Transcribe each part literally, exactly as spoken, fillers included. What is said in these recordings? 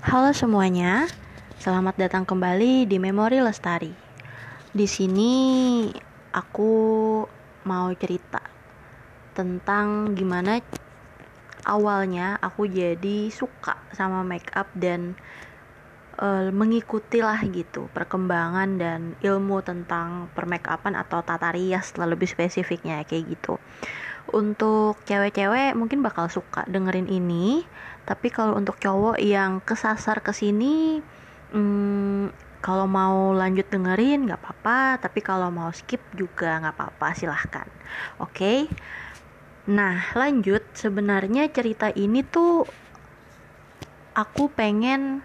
Halo semuanya, selamat datang kembali di Memori Lestari. Di sini aku mau cerita tentang gimana awalnya aku jadi suka sama make up dan uh, mengikuti lah gitu perkembangan dan ilmu tentang permakeupan atau tata rias lebih spesifiknya kayak gitu. Untuk cewek-cewek mungkin bakal suka dengerin ini, tapi kalau untuk cowok yang kesasar kesini, hmm, kalau mau lanjut dengerin nggak apa-apa, tapi kalau mau skip juga nggak apa-apa, silahkan. Oke, okay? Nah lanjut, sebenarnya cerita ini tuh aku pengen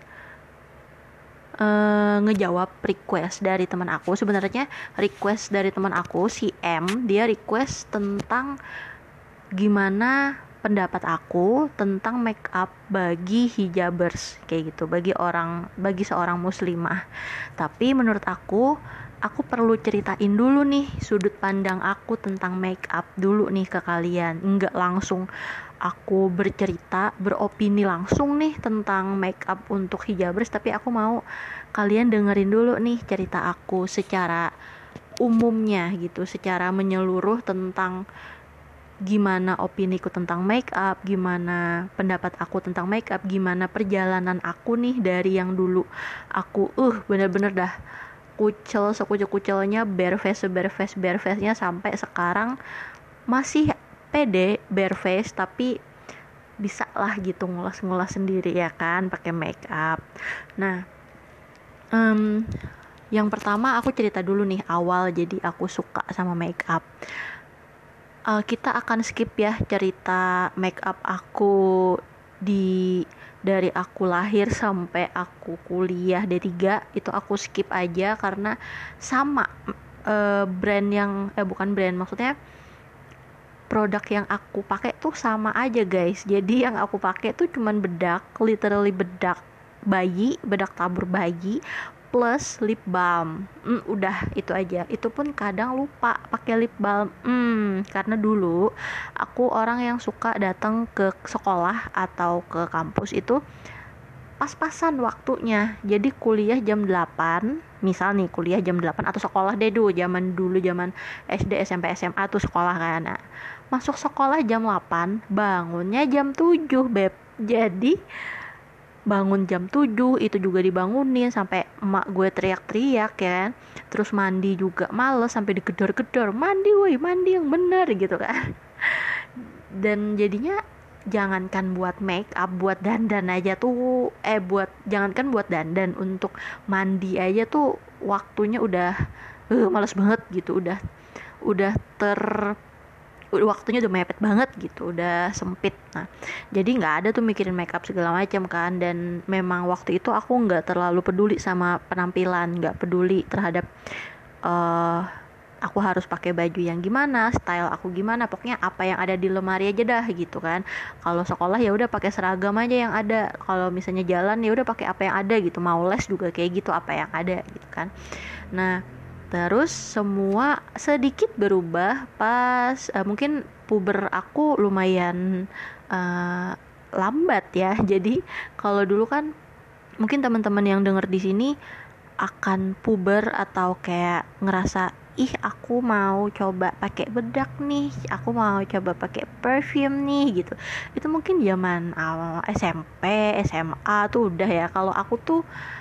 uh, ngejawab request dari teman aku. Sebenarnya request dari teman aku si M, dia request tentang gimana pendapat aku tentang make up bagi hijabers kayak gitu, bagi orang bagi seorang muslimah. Tapi menurut aku aku perlu ceritain dulu nih sudut pandang aku tentang make up dulu nih ke kalian. Enggak langsung aku bercerita, beropini langsung nih tentang make up untuk hijabers, tapi aku mau kalian dengerin dulu nih cerita aku secara umumnya gitu, secara menyeluruh tentang gimana opiniku tentang make up, gimana pendapat aku tentang make up, gimana perjalanan aku nih dari yang dulu aku uh bener-bener dah kucel sekucel-kucelnya, bare face bare face bare face nya sampai sekarang masih pede bare face tapi bisa lah gitu ngulas-ngulas sendiri ya kan pakai make up. Nah, um, yang pertama aku cerita dulu nih awal jadi aku suka sama make up. Uh, kita akan skip ya cerita make up aku di dari aku lahir sampai aku kuliah D tiga, itu aku skip aja karena sama uh, brand yang eh bukan brand maksudnya produk yang aku pakai tuh sama aja guys. Jadi yang aku pakai tuh cuman bedak, literally bedak bayi, bedak tabur bayi plus lip balm. Hmm, udah itu aja. Itu pun kadang lupa pakai lip balm. Hmm, karena dulu aku orang yang suka datang ke sekolah atau ke kampus itu pas-pasan waktunya. Jadi kuliah jam delapan, misal nih kuliah jam delapan atau sekolah deh dulu zaman dulu zaman S D, S M P, S M A tuh sekolah kan. Nah, masuk sekolah jam delapan, bangunnya jam tujuh, beb. Jadi bangun jam tujuh itu juga dibangunin sampai emak gue teriak-teriak ya kan. Terus mandi juga males sampai digedor-gedor, mandi woi mandi yang bener gitu kan. Dan jadinya jangankan buat make up, buat dandan aja tuh eh buat jangankan buat dandan, untuk mandi aja tuh waktunya udah uh, males banget gitu, udah udah ter waktunya udah mepet banget gitu, udah sempit. Nah, jadi nggak ada tuh mikirin makeup segala macam kan. Dan memang waktu itu aku nggak terlalu peduli sama penampilan, nggak peduli terhadap uh, aku harus pakai baju yang gimana, style aku gimana, pokoknya apa yang ada di lemari aja dah gitu kan. Kalau sekolah ya udah pakai seragam aja yang ada, kalau misalnya jalan ya udah pakai apa yang ada gitu, mau les juga kayak gitu, apa yang ada gitu kan. Nah, terus semua sedikit berubah pas uh, mungkin puber aku lumayan uh, lambat ya. Jadi kalau dulu kan mungkin teman-teman yang denger di sini akan puber atau kayak ngerasa ih aku mau coba pakai bedak nih, aku mau coba pakai perfume nih gitu. Itu mungkin zaman awal S M P, S M A tuh udah ya. Kalau aku tuh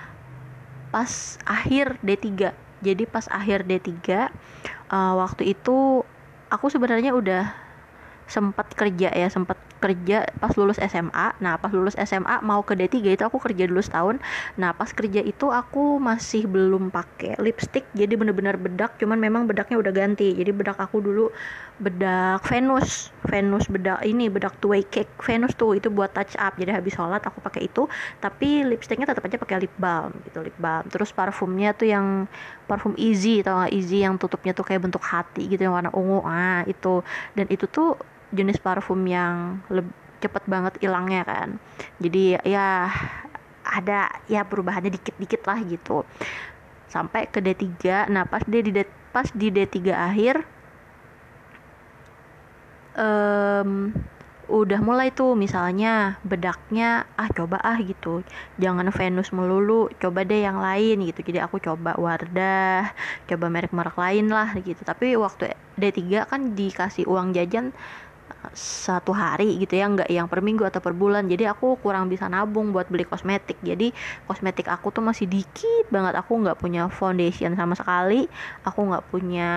pas akhir D tiga. Jadi pas akhir D tiga uh, waktu itu aku sebenarnya udah sempat kerja ya, sempat kerja pas lulus S M A. Nah, pas lulus S M A mau ke D tiga itu aku kerja dulu setahun. Nah, pas kerja itu aku masih belum pakai lipstick. Jadi bener-bener bedak, cuman memang bedaknya udah ganti. Jadi bedak aku dulu bedak Venus. Venus bedak ini, bedak two way cake Venus tuh, itu buat touch up. Jadi habis sholat aku pakai itu, tapi lipsticknya tetap aja pakai lip balm gitu, lip balm. Terus parfumnya tuh yang parfum Easy, tau gak? Easy yang tutupnya tuh kayak bentuk hati gitu, yang warna ungu. Ah, itu. Dan itu tuh jenis parfum yang lebih cepet banget hilangnya kan. Jadi ya ada ya perubahannya dikit-dikit lah gitu. Sampai ke D tiga. Nah, pas dia di D, pas di D tiga akhir um, udah mulai tuh misalnya bedaknya ah coba ah gitu, jangan Venus melulu, coba deh yang lain gitu. Jadi aku coba Wardah, coba merek-merek lain lah gitu. Tapi waktu D tiga kan dikasih uang jajan satu hari gitu ya, nggak yang per minggu atau per bulan. Jadi aku kurang bisa nabung buat beli kosmetik. Jadi kosmetik aku tuh masih dikit banget. Aku nggak punya foundation sama sekali, aku nggak punya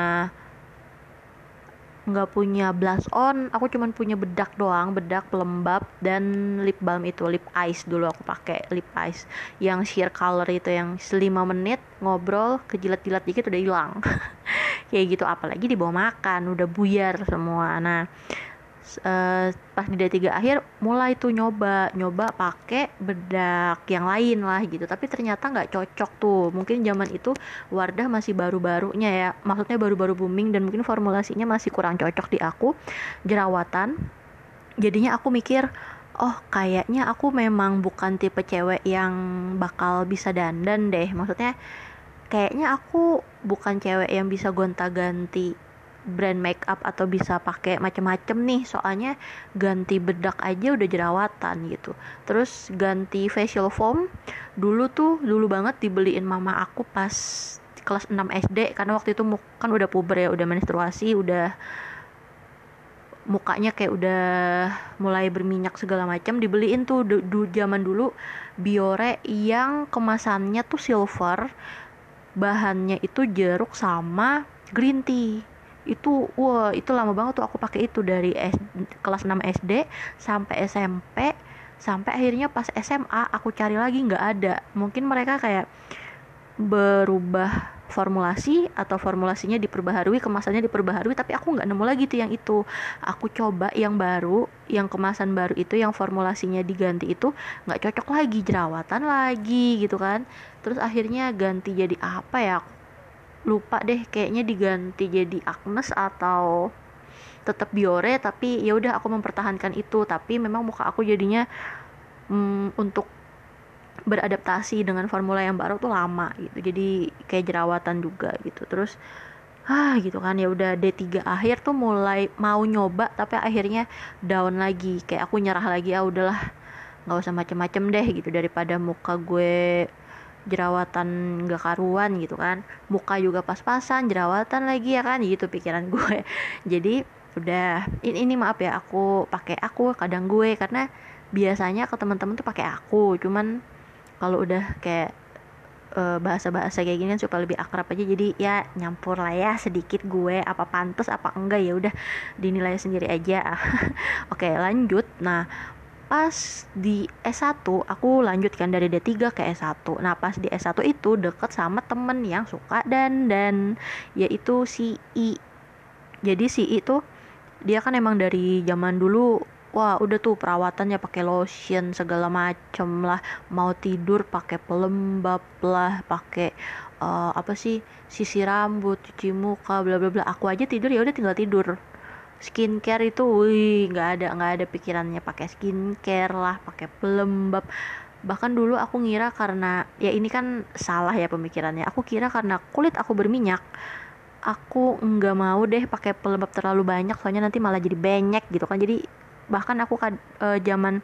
nggak punya blush on, aku cuman punya bedak doang, bedak pelembab dan lip balm. Itu lip ice dulu aku pakai, lip ice yang sheer color itu, yang lima menit ngobrol kejilat-jilat dikit udah hilang. Kayak gitu, apalagi dibawa makan udah buyar semua. Nah Uh, pas di D tiga akhir mulai tuh nyoba nyoba pakai bedak yang lain lah gitu, tapi ternyata nggak cocok tuh. Mungkin zaman itu Wardah masih baru-barunya ya, maksudnya baru-baru booming, dan mungkin formulasinya masih kurang cocok di aku, jerawatan. Jadinya aku mikir, oh kayaknya aku memang bukan tipe cewek yang bakal bisa dandan deh. Maksudnya kayaknya aku bukan cewek yang bisa gonta-ganti brand make up atau bisa pakai macem-macem nih, soalnya ganti bedak aja udah jerawatan gitu. Terus ganti facial foam dulu tuh dulu banget dibeliin mama aku pas kelas enam S D, karena waktu itu kan udah puber ya, udah menstruasi, udah mukanya kayak udah mulai berminyak segala macam. Dibeliin tuh du, du, zaman dulu Biore yang kemasannya tuh silver, bahannya itu jeruk sama green tea. Itu wah itu lama banget tuh aku pakai itu dari S, kelas enam S D sampai S M P, sampai akhirnya pas S M A aku cari lagi nggak ada. Mungkin mereka kayak berubah formulasi atau formulasinya diperbaharui, kemasannya diperbaharui, tapi aku nggak nemu lagi tuh yang itu. Aku coba yang baru, yang kemasan baru itu, yang formulasinya diganti itu nggak cocok lagi, jerawatan lagi gitu kan. Terus akhirnya ganti jadi apa ya, lupa deh, kayaknya diganti jadi Agnes atau tetap Biore. Tapi ya udah aku mempertahankan itu. Tapi memang muka aku jadinya mm, untuk beradaptasi dengan formula yang baru tuh lama gitu, jadi kayak jerawatan juga gitu. Terus ah gitu kan, ya udah D tiga akhir tuh mulai mau nyoba, tapi akhirnya down lagi, kayak aku nyerah lagi, ah udahlah nggak usah macem-macem deh gitu, daripada muka gue jerawatan gak karuan gitu kan, muka juga pas-pasan jerawatan lagi ya kan, gitu pikiran gue. Jadi udah ini, ini maaf ya, aku pakai aku kadang gue, karena biasanya ke teman-teman tuh pakai aku, cuman kalau udah kayak uh, bahasa-bahasa kayak gini kan supaya lebih akrab aja, jadi ya nyampur lah ya sedikit gue, apa pantas apa enggak ya udah dinilai sendiri aja. Oke lanjut. Nah pas di S satu aku lanjutkan dari D tiga ke S satu. Nah pas di S satu itu deket sama temen yang suka dandan, yaitu si I. Jadi si I tuh dia kan emang dari zaman dulu, wah udah tuh perawatannya pakai lotion segala macem lah, mau tidur pakai pelembab lah, pakai uh, apa sih, sisir rambut, cuci muka, bla bla bla. Aku aja tidur ya udah tinggal tidur. Skincare itu, wih nggak ada nggak ada pikirannya pakai skincare lah, pakai pelembab. Bahkan dulu aku ngira, karena ya ini kan salah ya pemikirannya, aku kira karena kulit aku berminyak, aku nggak mau deh pakai pelembab terlalu banyak, soalnya nanti malah jadi benyek gitu kan. Jadi bahkan aku kan uh, zaman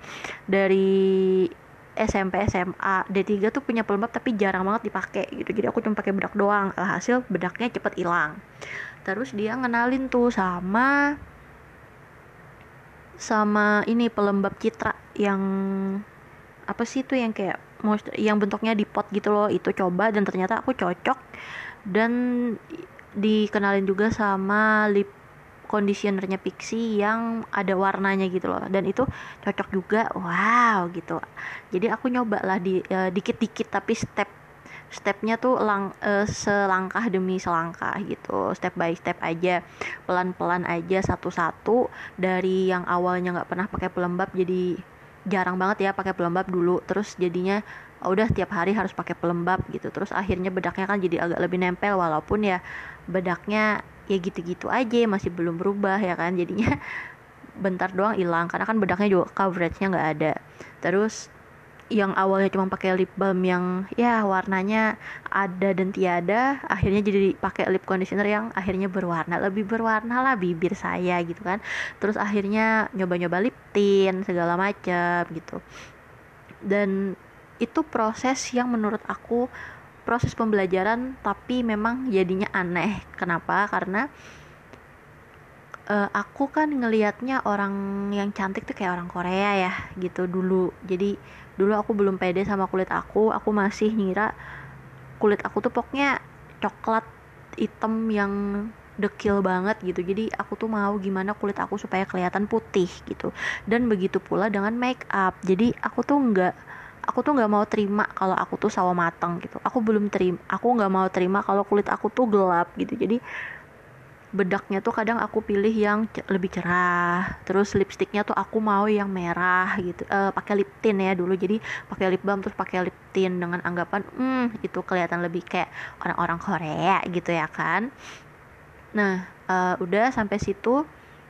dari S M P S M A D tiga tuh punya pelembab tapi jarang banget dipakai gitu. Jadi aku cuma pakai bedak doang, alhasil bedaknya cepet hilang. Terus dia ngenalin tuh sama sama ini pelembab Citra yang apa sih tuh, yang kayak yang bentuknya di pot gitu loh. Itu coba dan ternyata aku cocok, dan dikenalin juga sama lip conditionernya Pixi yang ada warnanya gitu loh, dan itu cocok juga. Wow gitu. Jadi aku nyoba lah di uh, dikit-dikit, tapi step stepnya tuh lang, uh, selangkah demi selangkah gitu, step by step aja, pelan-pelan aja, satu-satu. Dari yang awalnya nggak pernah pakai pelembab jadi jarang banget ya pakai pelembab dulu, terus jadinya oh, udah tiap hari harus pakai pelembab gitu. Terus akhirnya bedaknya kan jadi agak lebih nempel, walaupun ya bedaknya ya gitu-gitu aja, masih belum berubah ya kan, jadinya bentar doang hilang karena kan bedaknya juga coveragenya nggak ada. Terus yang awalnya cuma pakai lip balm yang ya warnanya ada dan tiada, akhirnya jadi pakai lip conditioner yang akhirnya berwarna, lebih berwarna lah bibir saya gitu kan. Terus akhirnya nyoba-nyoba lip tint segala macam gitu. Dan itu proses yang menurut aku proses pembelajaran, tapi memang jadinya aneh. Kenapa? Karena uh, aku kan ngelihatnya orang yang cantik tuh kayak orang Korea ya gitu dulu. Jadi dulu aku belum pede sama kulit aku, aku masih ngira kulit aku tuh pokoknya coklat hitam yang dekil banget gitu. Jadi aku tuh mau gimana kulit aku supaya kelihatan putih gitu. Dan begitu pula dengan make up. Jadi aku tuh nggak aku tuh nggak mau terima kalau aku tuh sawo matang gitu. Aku belum terima, aku nggak mau terima kalau kulit aku tuh gelap gitu. Jadi bedaknya tuh kadang aku pilih yang c- lebih cerah, terus lipstiknya tuh aku mau yang merah gitu, uh, pakai lip tint ya dulu. Jadi pakai lip balm terus pakai lip tint dengan anggapan hmm itu kelihatan lebih kayak orang-orang Korea gitu ya kan. Nah uh, udah sampai situ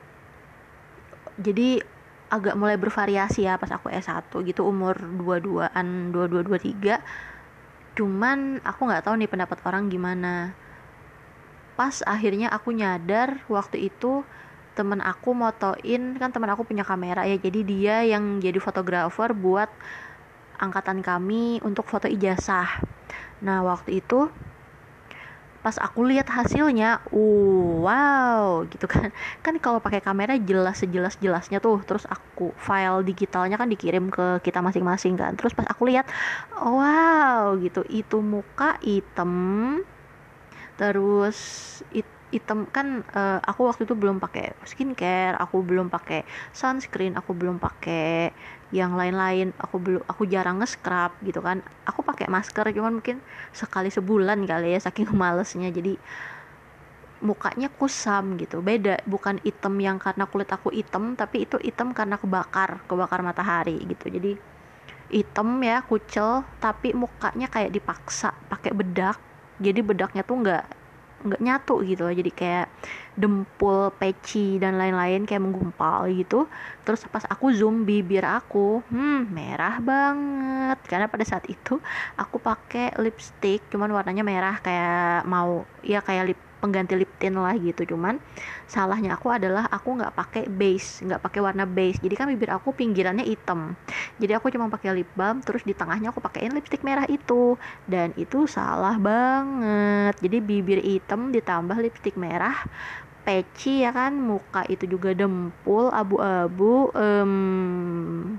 jadi agak mulai bervariasi ya pas aku S satu gitu, umur dua puluh duaan, dua puluh dua, dua puluh tiga. Cuman aku nggak tahu nih pendapat orang gimana. Pas akhirnya aku nyadar waktu itu temen aku motoin, kan temen aku punya kamera ya, jadi dia yang jadi fotografer buat angkatan kami untuk foto ijazah. Nah waktu itu pas aku lihat hasilnya, uh, wow gitu kan. Kan kalau pakai kamera jelas sejelas jelasnya tuh. Terus aku file digitalnya kan dikirim ke kita masing-masing kan. Terus pas aku lihat, wow gitu, itu muka hitam. Terus it, item kan, uh, aku waktu itu belum pakai skincare, aku belum pakai sunscreen, aku belum pakai yang lain-lain, aku belum aku jarang nge-scrub gitu kan. Aku pakai masker cuman mungkin sekali sebulan kali ya saking malesnya. Jadi mukanya kusam gitu. Beda, bukan item yang karena kulit aku hitam, tapi itu hitam karena kebakar, kebakar matahari gitu. Jadi hitam ya, kucel, tapi mukanya kayak dipaksa pakai bedak. Jadi bedaknya tuh nggak nggak nyatu gitu loh, jadi kayak dempul, peci dan lain-lain kayak menggumpal gitu. Terus pas aku zoom bibir aku, hmm merah banget karena pada saat itu aku pakai lipstick cuman warnanya merah, kayak mau ya kayak lip pengganti lip tint lah gitu. Cuman salahnya aku adalah aku nggak pakai base, nggak pakai warna base. Jadi kan bibir aku pinggirannya hitam, jadi aku cuma pakai lip balm, terus di tengahnya aku pakein lipstick merah itu, dan itu salah banget. Jadi bibir hitam ditambah lipstick merah, peci ya kan, muka itu juga dempul abu-abu. um,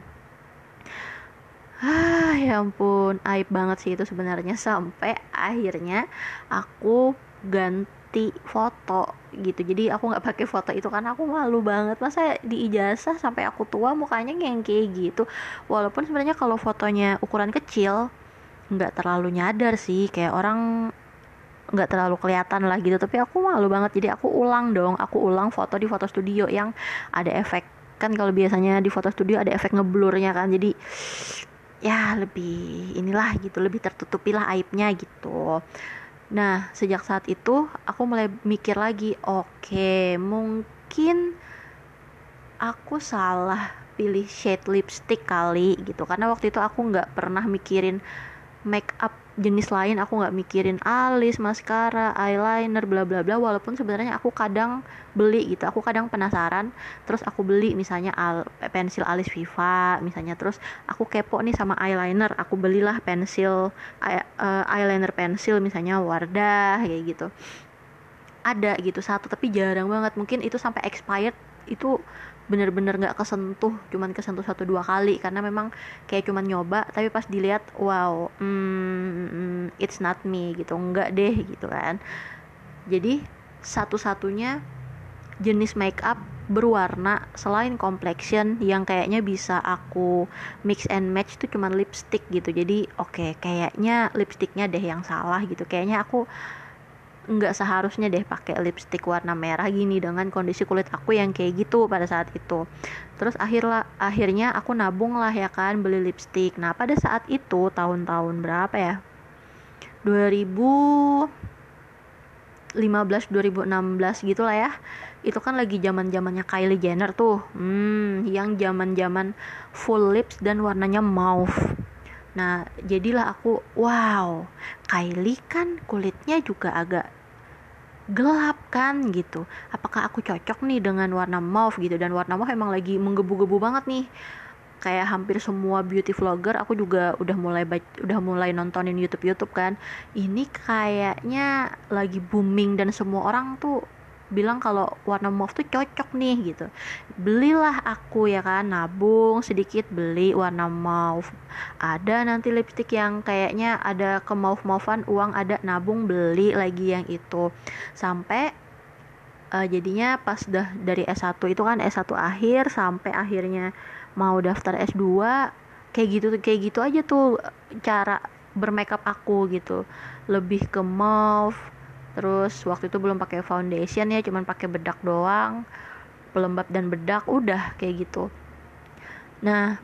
ah ya ampun, aib banget sih itu sebenarnya. Sampai akhirnya aku ganti foto gitu. Jadi aku nggak pakai foto itu karena aku malu banget, masa di ijazah sampai aku tua mukanya yang kayak gitu. Walaupun sebenarnya kalau fotonya ukuran kecil nggak terlalu nyadar sih, kayak orang nggak terlalu kelihatan lah gitu, tapi aku malu banget. Jadi aku ulang dong, aku ulang foto di foto studio yang ada efek, kan kalau biasanya di foto studio ada efek ngeblurnya kan, jadi ya lebih inilah gitu, lebih tertutupi lah aibnya gitu. Nah sejak saat itu aku mulai mikir lagi, oke okay, mungkin aku salah pilih shade lipstick kali gitu, karena waktu itu aku nggak pernah mikirin make up jenis lain, aku nggak mikirin alis, maskara, eyeliner, bla bla bla. Walaupun sebenarnya aku kadang beli gitu, aku kadang penasaran, terus aku beli misalnya al- pensil alis Viva misalnya, terus aku kepo nih sama eyeliner, aku belilah pensil eye- uh, eyeliner pensil misalnya Wardah kayak gitu. Ada gitu satu, tapi jarang banget, mungkin itu sampai expired itu bener-bener nggak kesentuh, cuman kesentuh satu dua kali karena memang kayak cuman nyoba, tapi pas dilihat wow, hmm, it's not me gitu, enggak deh gitu kan. Jadi satu-satunya jenis make up berwarna selain complexion yang kayaknya bisa aku mix and match tuh cuman lipstick gitu. Jadi oke okay, kayaknya lipsticknya deh yang salah gitu, kayaknya aku nggak seharusnya deh pakai lipstick warna merah gini dengan kondisi kulit aku yang kayak gitu pada saat itu. Terus akhirnya akhirnya aku nabung lah ya kan, beli lipstick. Nah pada saat itu tahun-tahun berapa ya, dua ribu lima belas dua ribu enam belas gitulah ya, itu kan lagi zaman-zamannya Kylie Jenner tuh, hmm yang zaman-zaman full lips dan warnanya mauve. Nah jadilah aku, wow, Kylie kan kulitnya juga agak gelap kan gitu, apakah aku cocok nih dengan warna mauve gitu. Dan warna mauve emang lagi menggebu-gebu banget nih, kayak hampir semua beauty vlogger aku juga udah mulai bac- udah mulai nontonin YouTube YouTube kan, ini kayaknya lagi booming dan semua orang tuh bilang kalau warna mauve tuh cocok nih gitu. Belilah aku ya kan, nabung sedikit beli warna mauve. Ada nanti lipstick yang kayaknya ada ke mauve-mauvean, uang ada, nabung beli lagi yang itu. Sampai uh, jadinya pas udah dari S satu itu kan, S satu akhir sampai akhirnya mau daftar S dua, kayak gitu kayak gitu aja tuh cara bermakeup aku gitu, lebih ke mauve. Terus waktu itu belum pakai foundation ya, cuman pakai bedak doang, pelembab dan bedak, udah kayak gitu. Nah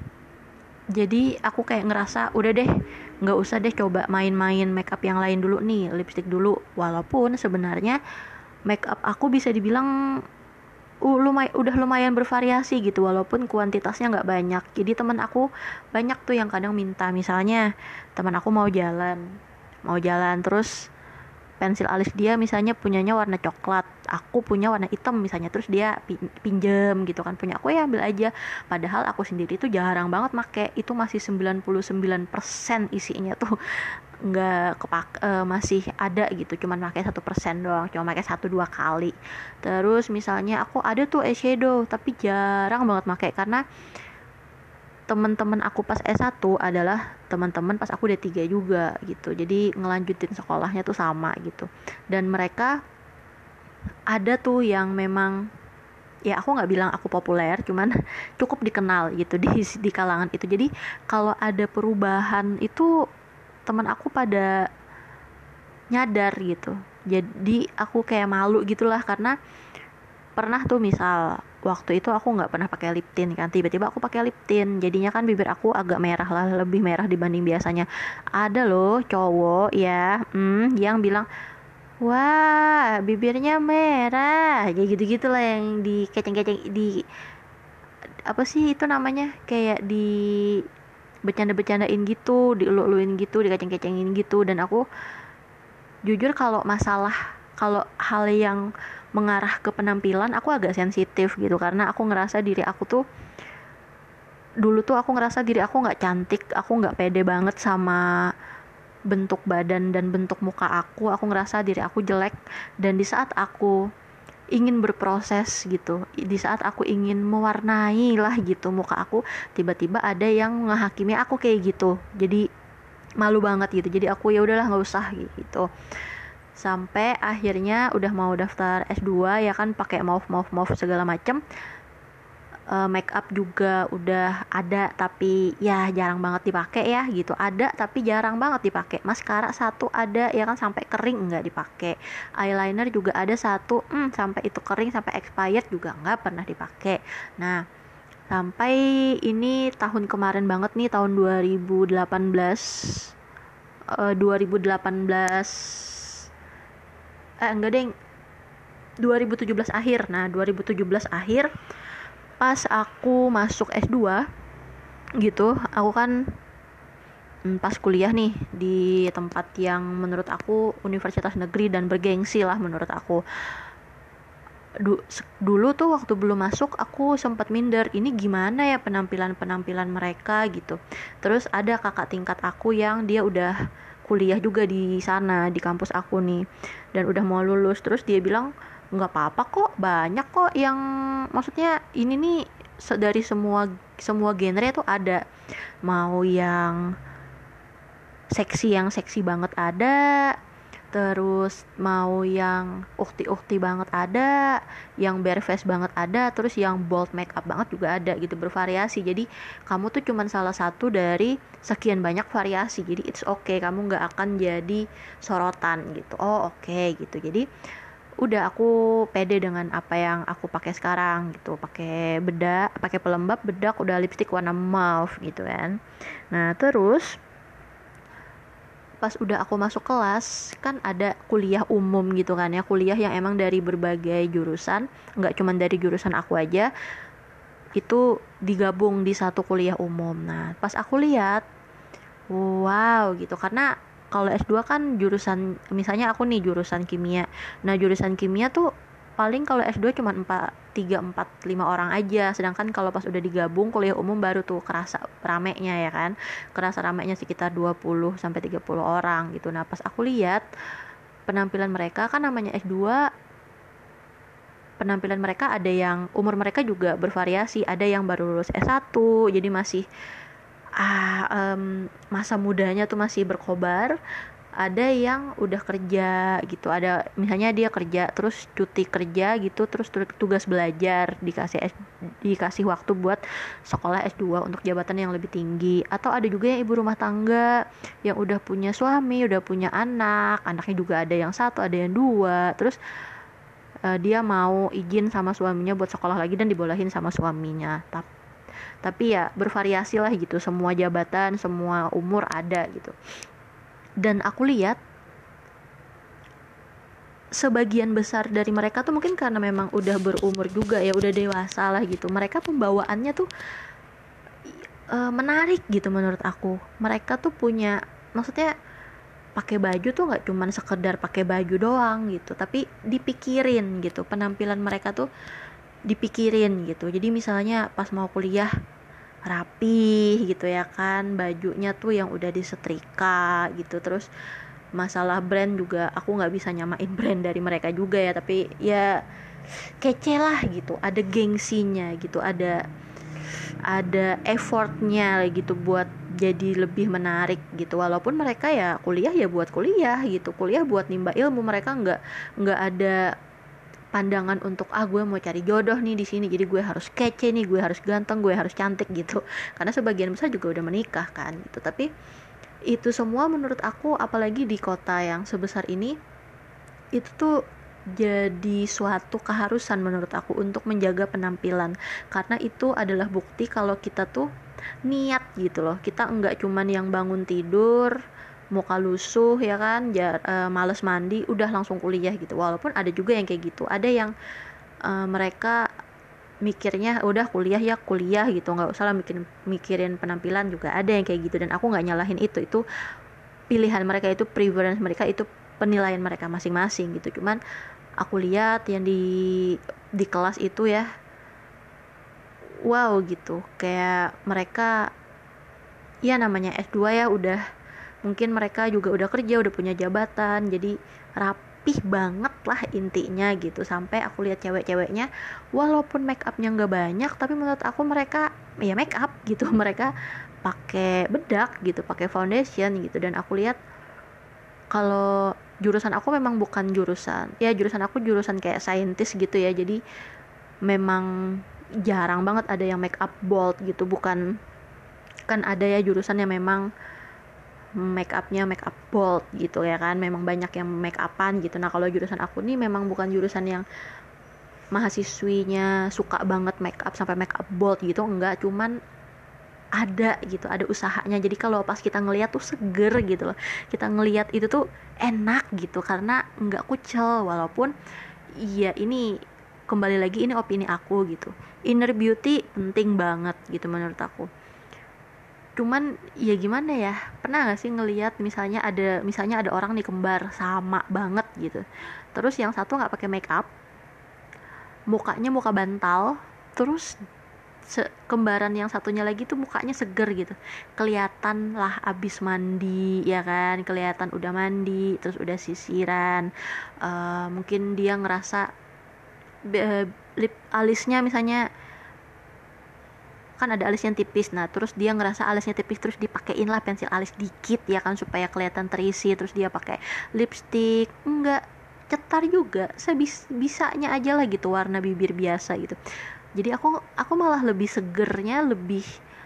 jadi aku kayak ngerasa udah deh, nggak usah deh coba main-main makeup yang lain dulu nih, lipstick dulu. Walaupun sebenarnya makeup aku bisa dibilang uh, lumay- udah lumayan bervariasi gitu, walaupun kuantitasnya nggak banyak. Jadi teman aku banyak tuh yang kadang minta, misalnya teman aku mau jalan mau jalan terus pensil alis dia misalnya punyanya warna coklat, aku punya warna hitam misalnya, terus dia pinjem gitu kan, punya aku ya ambil aja. Padahal aku sendiri tuh jarang banget make, itu masih sembilan puluh sembilan persen isinya tuh nggak kepak uh, masih ada gitu, cuman pakai satu persen doang, cuma pakai satu dua kali. Terus misalnya aku ada tuh eyeshadow tapi jarang banget pakai, karena teman-teman aku pas S satu adalah teman-teman pas aku D tiga juga gitu, jadi ngelanjutin sekolahnya tuh sama gitu. Dan mereka ada tuh yang memang, ya aku nggak bilang aku populer, cuman cukup dikenal gitu di di kalangan itu. Jadi kalau ada perubahan itu teman aku pada nyadar gitu. Jadi aku kayak malu gitulah, karena pernah tuh misal waktu itu aku nggak pernah pakai lip tint kan, tiba-tiba aku pakai lip tint, jadinya kan bibir aku agak merah lah, lebih merah dibanding biasanya. Ada loh cowok ya, hmm, yang bilang, wah bibirnya merah, kayak gitu-gitu lah, yang di keceng-keceng, di apa sih itu namanya, kayak di bercanda-bercandain gitu, dielu-eluin gitu, dikeceng-kecengin gitu. Dan aku jujur kalau masalah, kalau hal yang mengarah ke penampilan aku agak sensitif gitu, karena aku ngerasa diri aku tuh dulu tuh aku ngerasa diri aku nggak cantik, aku nggak pede banget sama bentuk badan dan bentuk muka aku aku ngerasa diri aku jelek. Dan di saat aku ingin berproses gitu, di saat aku ingin mewarnai lah gitu muka aku, tiba-tiba ada yang ngehakimi aku kayak gitu, jadi malu banget gitu. Jadi aku ya udahlah nggak usah gitu. Sampai akhirnya udah mau daftar S dua ya kan, pakai mauve mauve mauve segala macem. Uh, make up juga udah ada tapi ya jarang banget dipakai ya gitu, ada tapi jarang banget dipakai. Maskara satu ada ya kan, sampai kering nggak dipakai. Eyeliner juga ada satu, hmm, sampai itu kering, sampai expired juga nggak pernah dipakai. Nah sampai ini tahun kemarin banget nih, tahun dua ribu delapan belas, uh, dua ribu delapan belas eh enggak deh, dua ribu tujuh belas akhir. Nah dua ribu tujuh belas akhir pas aku masuk S dua gitu, aku kan hmm, pas kuliah nih di tempat yang menurut aku universitas negeri dan bergengsi lah menurut aku. Du- dulu tuh waktu belum masuk aku sempat minder, ini gimana ya penampilan-penampilan mereka gitu. Terus ada kakak tingkat aku yang dia udah kuliah juga di sana, di kampus aku nih, dan udah mau lulus. Terus dia bilang nggak apa-apa kok, banyak kok yang, maksudnya ini nih dari semua semua genre tuh ada, mau yang seksi, yang seksi banget ada, terus mau yang ukti-ukti banget ada, yang bare face banget ada, terus yang bold makeup banget juga ada gitu, bervariasi. Jadi kamu tuh cuman salah satu dari sekian banyak variasi, jadi it's okay, kamu nggak akan jadi sorotan gitu. Oh oke okay, gitu. Jadi udah aku pede dengan apa yang aku pakai sekarang gitu, pakai bedak, pakai pelembab, bedak, udah lipstick warna mauve gitu kan. Nah terus pas udah aku masuk kelas kan ada kuliah umum gitu kan ya, kuliah yang emang dari berbagai jurusan, nggak cuma dari jurusan aku aja, itu digabung di satu kuliah umum. Nah pas aku lihat wow gitu. Karena kalau S dua kan jurusan, misalnya aku nih jurusan kimia, nah jurusan kimia tuh paling kalau S dua cuma empat tiga empat lima orang aja, sedangkan kalau pas udah digabung kuliah umum baru tuh kerasa ramenya ya kan, kerasa ramenya sekitar dua puluh sampai tiga puluh orang gitu. Nah pas aku lihat penampilan mereka kan, namanya S dua, penampilan mereka ada yang umur mereka juga bervariasi, ada yang baru lulus S satu jadi masih ah em, masa mudanya tuh masih berkobar, ada yang udah kerja gitu, ada misalnya dia kerja terus cuti kerja gitu, terus tugas belajar dikasih S, dikasih waktu buat sekolah S dua untuk jabatan yang lebih tinggi. Atau ada juga yang ibu rumah tangga yang udah punya suami, udah punya anak, anaknya juga ada yang satu ada yang dua, terus uh, dia mau izin sama suaminya buat sekolah lagi dan dibolehin sama suaminya. Tapi tapi ya bervariasi lah gitu, semua jabatan, semua umur ada gitu. Dan aku lihat sebagian besar dari mereka tuh mungkin karena memang udah berumur juga ya, udah dewasa lah gitu, mereka pembawaannya tuh uh, menarik gitu menurut aku. Mereka tuh punya, maksudnya pakai baju tuh nggak cuman sekedar pakai baju doang gitu, tapi dipikirin gitu, penampilan mereka tuh dipikirin gitu. Jadi misalnya pas mau kuliah rapi gitu ya kan, bajunya tuh yang udah disetrika gitu. Terus masalah brand juga aku nggak bisa nyamain brand dari mereka juga ya, tapi ya kece lah gitu, ada gengsinya gitu, ada ada effortnya gitu buat jadi lebih menarik gitu. Walaupun mereka ya kuliah ya buat kuliah gitu, kuliah buat nimba ilmu, mereka nggak nggak ada pandangan untuk ah gue mau cari jodoh nih di sini, jadi gue harus kece nih, gue harus ganteng, gue harus cantik gitu, karena sebagian besar juga udah menikah kan gitu. Tapi itu semua menurut aku, apalagi di kota yang sebesar ini, itu tuh jadi suatu keharusan menurut aku untuk menjaga penampilan, karena itu adalah bukti kalau kita tuh niat gitu loh. Kita enggak cuman yang bangun tidur muka lusuh ya kan, jar, uh, males mandi udah langsung kuliah gitu. Walaupun ada juga yang kayak gitu, ada yang uh, mereka mikirnya udah kuliah ya kuliah gitu, nggak usah lah mikirin mikirin penampilan, juga ada yang kayak gitu. Dan aku nggak nyalahin itu, itu pilihan mereka, itu preference mereka, itu penilaian mereka masing-masing gitu. Cuman aku lihat yang di di kelas itu ya, wow gitu, kayak mereka ya namanya S dua ya, udah mungkin mereka juga udah kerja, udah punya jabatan, jadi rapih banget lah intinya gitu. Sampai aku lihat cewek-ceweknya walaupun make upnya nggak banyak, tapi menurut aku mereka ya make up gitu, mereka pakai bedak gitu, pakai foundation gitu. Dan aku lihat kalau jurusan aku memang bukan jurusan, ya jurusan aku jurusan kayak saintis gitu ya, jadi memang jarang banget ada yang make up bold gitu. Bukan, kan ada ya jurusan yang memang make upnya make up bold gitu ya kan, memang banyak yang make upan gitu. Nah kalau jurusan aku nih memang bukan jurusan yang mahasiswinya suka banget make up sampai make up bold gitu, enggak, cuman ada gitu, ada usahanya. Jadi kalau pas kita ngelihat tuh seger gitu loh, kita ngelihat itu tuh enak gitu karena enggak kucel. Walaupun iya, ini kembali lagi, ini opini aku gitu, inner beauty penting banget gitu menurut aku. Cuman ya gimana ya, pernah gak sih ngelihat misalnya ada misalnya ada orang nih kembar sama banget gitu, terus yang satu nggak pakai make up, mukanya muka bantal, terus se- kembaran yang satunya lagi tuh mukanya seger gitu, kelihatan lah abis mandi ya kan, kelihatan udah mandi terus udah sisiran. Uh, mungkin dia ngerasa be- lip alisnya misalnya kan ada alis yang tipis, nah terus dia ngerasa alisnya tipis, terus dipakein lah pensil alis dikit ya kan supaya kelihatan terisi, terus dia pakai lipstick, enggak cetar juga, sebis bisanya aja lah gitu, warna bibir biasa gitu. Jadi aku aku malah lebih segernya, lebih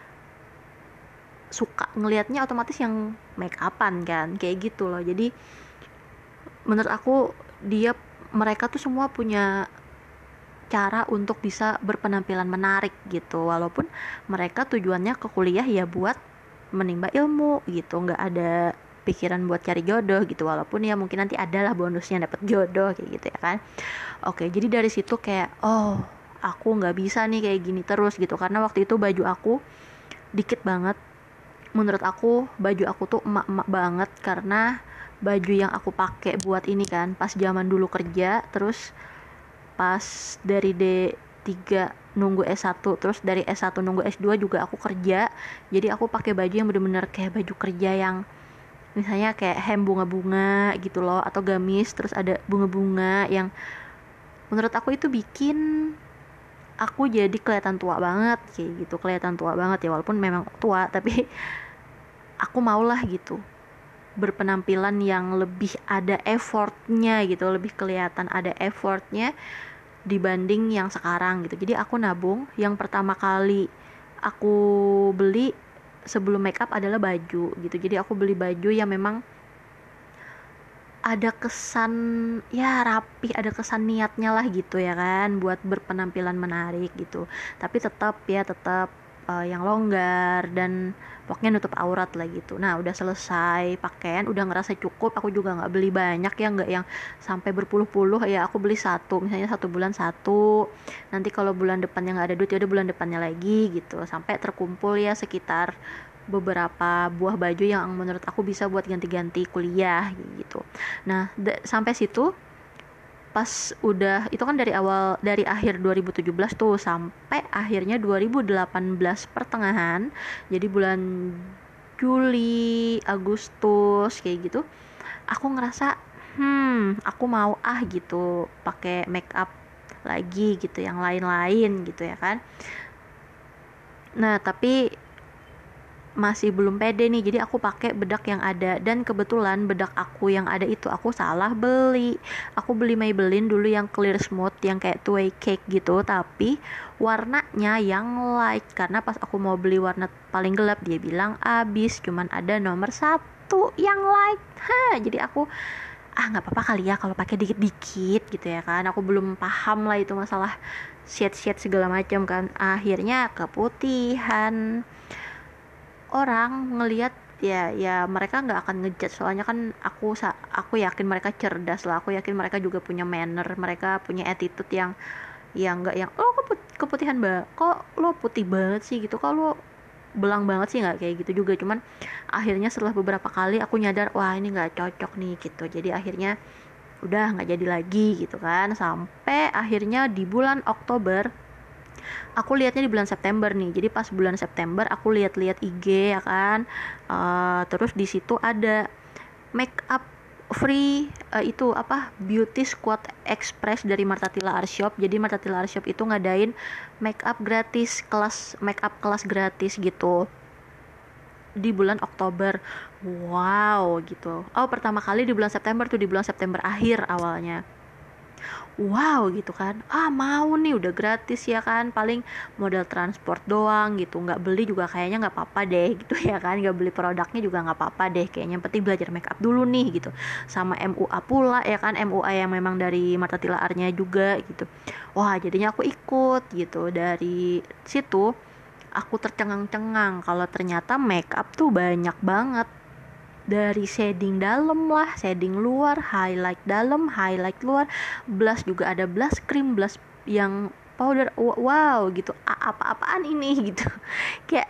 suka ngelihatnya otomatis yang make upan kan kayak gitu loh. Jadi menurut aku dia mereka tuh semua punya cara untuk bisa berpenampilan menarik gitu, walaupun mereka tujuannya ke kuliah ya buat menimba ilmu gitu, nggak ada pikiran buat cari jodoh gitu. Walaupun ya mungkin nanti adalah bonusnya dapet jodoh kayak gitu ya kan. Oke, jadi dari situ kayak oh aku nggak bisa nih kayak gini terus gitu, karena waktu itu baju aku dikit banget, menurut aku baju aku tuh emak-emak banget, karena baju yang aku pakai buat ini kan pas zaman dulu kerja, terus pas dari D tiga nunggu S satu, terus dari S satu nunggu S dua juga aku kerja. Jadi aku pakai baju yang bener-bener kayak baju kerja yang misalnya kayak hem bunga-bunga gitu loh, atau gamis terus ada bunga-bunga, yang menurut aku itu bikin aku jadi kelihatan tua banget kayak gitu, kelihatan tua banget ya, walaupun memang tua, tapi aku maulah gitu berpenampilan yang lebih ada effortnya gitu, lebih kelihatan ada effortnya dibanding yang sekarang gitu. Jadi aku nabung, yang pertama kali aku beli sebelum make up adalah baju gitu. Jadi aku beli baju yang memang ada kesan ya rapi, ada kesan niatnya lah gitu ya kan, buat berpenampilan menarik gitu. Tapi tetap ya tetap uh, yang longgar dan pokoknya nutup aurat lah gitu. Nah udah selesai pakaian, udah ngerasa cukup, aku juga nggak beli banyak ya, nggak yang sampai berpuluh-puluh ya, aku beli satu, misalnya satu bulan satu, nanti kalau bulan depannya nggak ada duit ya udah bulan depannya lagi gitu, sampai terkumpul ya sekitar beberapa buah baju yang menurut aku bisa buat ganti-ganti kuliah gitu. Nah d- sampai situ pas udah itu kan dari awal, dari akhir dua ribu tujuh belas tuh sampai akhirnya dua ribu delapan belas pertengahan, jadi bulan Juli Agustus kayak gitu, aku ngerasa hmm aku mau ah gitu pakai make up lagi gitu yang lain-lain gitu ya kan. Nah tapi masih belum pede nih, jadi aku pakai bedak yang ada, dan kebetulan bedak aku yang ada itu aku salah beli. Aku beli Maybelline dulu yang clear smooth, yang kayak two way cake gitu, tapi warnanya yang light, karena pas aku mau beli warna paling gelap dia bilang habis, cuman ada nomor satu yang light. Hah, jadi aku ah nggak apa-apa kali ya kalau pakai dikit-dikit gitu ya kan. Aku belum paham lah itu masalah shade-shade segala macam kan. Akhirnya keputihan. Orang ngelihat ya ya mereka nggak akan ngejudge, soalnya kan aku aku yakin mereka cerdas lah, aku yakin mereka juga punya manner, mereka punya attitude yang yang nggak yang oh kok keputihan banget, kok lo putih banget sih gitu, kok lo belang banget sih, nggak kayak gitu juga. Cuman akhirnya setelah beberapa kali aku nyadar wah ini nggak cocok nih gitu, jadi akhirnya udah nggak jadi lagi gitu kan. Sampai akhirnya di bulan Oktober, aku lihatnya di bulan September nih, jadi pas bulan September aku lihat-lihat I G ya kan, uh, terus di situ ada make up free, uh, itu apa Beauty Squad Express dari Martha Tila Art Shop. Jadi Martha Tila Art Shop itu ngadain make up gratis, kelas make up kelas gratis gitu di bulan Oktober. Wow gitu. Oh pertama kali di bulan September tuh, di bulan September akhir awalnya. Wow gitu kan, ah mau nih udah gratis ya kan, paling modal transport doang gitu, nggak beli juga kayaknya nggak apa-apa deh gitu ya kan, nggak beli produknya juga nggak apa-apa deh kayaknya, yang penting belajar make up dulu nih gitu, sama M U A pula ya kan, M U A yang memang dari Martha Tila Art-nya juga gitu. Wah jadinya aku ikut gitu. Dari situ aku tercengang-cengang kalau ternyata make up tuh banyak banget, dari shading dalam lah, shading luar, highlight dalam, highlight luar, blush juga ada, blush cream, blush yang powder, wow gitu, apa-apaan ini gitu kayak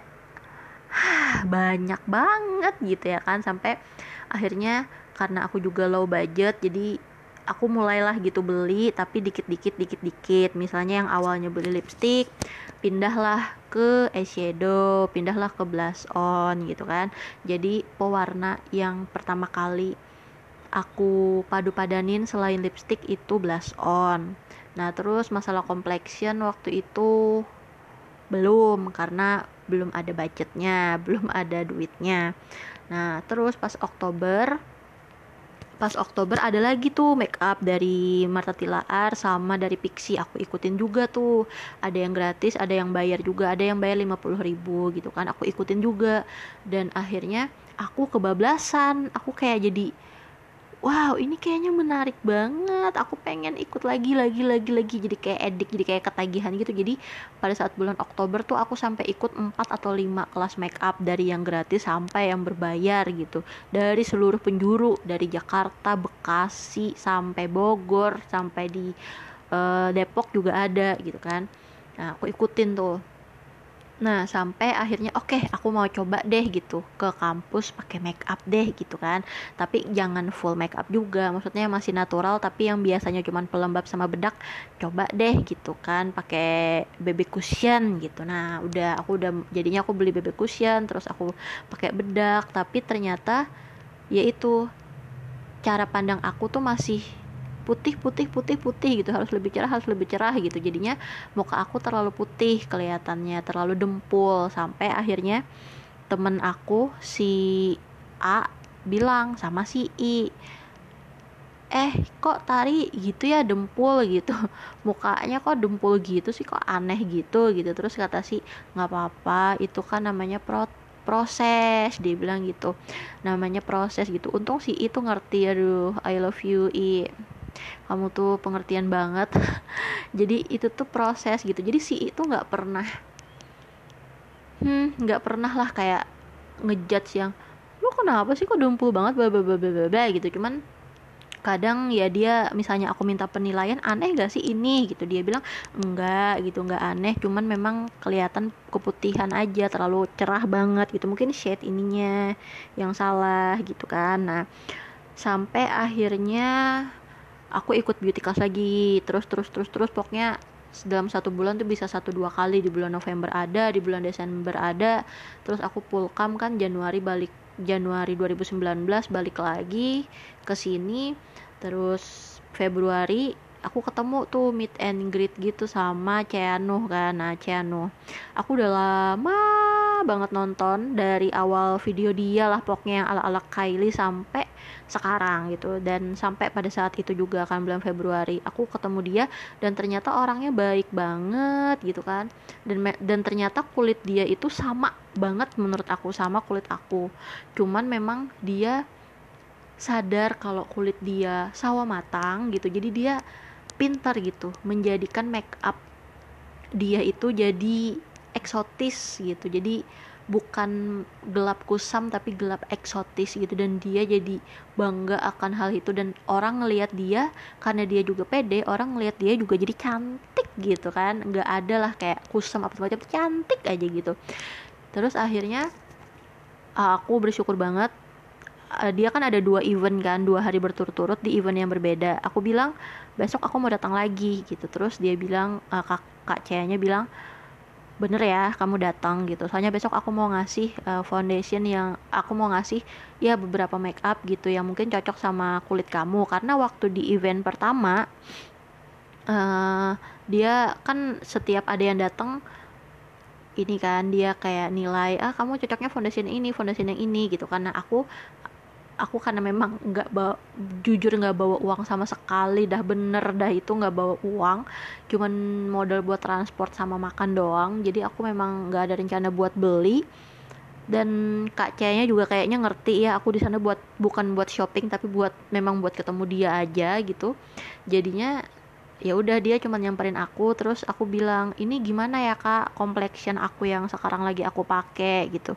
banyak banget gitu ya kan. Sampai akhirnya karena aku juga low budget, jadi aku mulailah gitu beli, tapi dikit-dikit dikit-dikit. Misalnya yang awalnya beli lipstick, pindahlah ke eyeshadow, pindahlah ke blush on gitu kan. Jadi pewarna yang pertama kali aku padu-padanin selain lipstick itu blush on. Nah terus masalah complexion waktu itu belum, karena belum ada budgetnya, belum ada duitnya. Nah terus pas Oktober pas Oktober ada lagi tuh make up dari Martha Tila Art sama dari Pixi, aku ikutin juga tuh. Ada yang gratis, ada yang bayar juga, ada yang bayar lima puluh ribu gitu kan, aku ikutin juga. Dan akhirnya aku kebablasan, aku kayak jadi wow ini kayaknya menarik banget, aku pengen ikut lagi lagi lagi lagi, jadi kayak edik, jadi kayak ketagihan gitu. Jadi pada saat bulan Oktober tuh aku sampai ikut empat atau lima kelas make up, dari yang gratis sampai yang berbayar gitu, dari seluruh penjuru, dari Jakarta, Bekasi, sampai Bogor, sampai di uh, Depok juga ada gitu kan. Nah aku ikutin tuh. Nah, sampai akhirnya oke, okay, aku mau coba deh gitu ke kampus pakai make up deh gitu kan. Tapi jangan full make up juga, maksudnya masih natural tapi yang biasanya cuman pelembab sama bedak, coba deh gitu kan pakai B B cushion gitu. Nah, udah aku udah jadinya aku beli B B cushion, terus aku pakai bedak, tapi ternyata yaitu cara pandang aku tuh masih putih putih putih putih gitu, harus lebih cerah harus lebih cerah gitu, jadinya muka aku terlalu putih kelihatannya, terlalu dempul, sampai akhirnya temen aku si A bilang sama si I, eh kok Tari gitu ya dempul gitu, mukanya kok dempul gitu sih, kok aneh gitu gitu. Terus kata si, nggak apa-apa, itu kan namanya pro proses, dia bilang gitu, namanya proses gitu. Untung si I tuh ngerti, aduh I love you I, kamu tuh pengertian banget. Jadi itu tuh proses gitu, jadi si itu nggak pernah hmm nggak pernah lah kayak ngejudge yang lu kenapa sih kok dempul banget bla bla bla bla bla gitu. Cuman kadang ya dia misalnya aku minta penilaian, aneh gak sih ini gitu, dia bilang enggak gitu, enggak aneh, cuman memang kelihatan keputihan aja, terlalu cerah banget gitu, mungkin shade ininya yang salah gitu kan. Nah, sampai akhirnya aku ikut beauty class lagi, terus terus terus terus pokoknya dalam satu bulan tuh bisa satu dua kali, di bulan November ada, di bulan Desember ada. Terus aku pulkam kan Januari balik, Januari dua ribu sembilan belas balik lagi ke sini. Terus Februari aku ketemu tuh meet and greet gitu sama Cianuh kan. Nah, Cianuh aku udah lama banget nonton dari awal video dia lah pokoknya yang ala-ala Kylie sampai sekarang gitu, dan sampai pada saat itu juga kan bulan Februari aku ketemu dia, dan ternyata orangnya baik banget gitu kan, dan dan ternyata kulit dia itu sama banget menurut aku sama kulit aku, cuman memang dia sadar kalau kulit dia sawo matang gitu, jadi dia pintar gitu menjadikan make up dia itu jadi eksotis gitu, jadi bukan gelap kusam tapi gelap eksotis gitu, dan dia jadi bangga akan hal itu, dan orang ngelihat dia karena dia juga pede, orang ngelihat dia juga jadi cantik gitu kan, nggak ada lah kayak kusam apa macam, cantik aja gitu. Terus akhirnya aku bersyukur banget, dia kan ada dua event kan, dua hari berturut-turut di event yang berbeda. Aku bilang besok aku mau datang lagi gitu. Terus dia bilang, uh, kak kak Cia-nya bilang, bener ya kamu datang gitu, soalnya besok aku mau ngasih uh, foundation yang aku mau ngasih ya beberapa make up gitu yang mungkin cocok sama kulit kamu, karena waktu di event pertama uh, dia kan setiap ada yang datang ini kan dia kayak nilai, ah kamu cocoknya foundation ini foundation yang ini gitu, karena aku aku karena memang nggak bawa, jujur nggak bawa uang sama sekali, dah bener dah itu nggak bawa uang, cuman modal buat transport sama makan doang, jadi aku memang nggak ada rencana buat beli. Dan kak C-nya juga kayaknya ngerti ya aku di sana buat bukan buat shopping tapi buat memang buat ketemu dia aja gitu, jadinya ya udah dia cuma nyamperin aku, terus aku bilang ini gimana ya kak complexion aku yang sekarang lagi aku pakai gitu.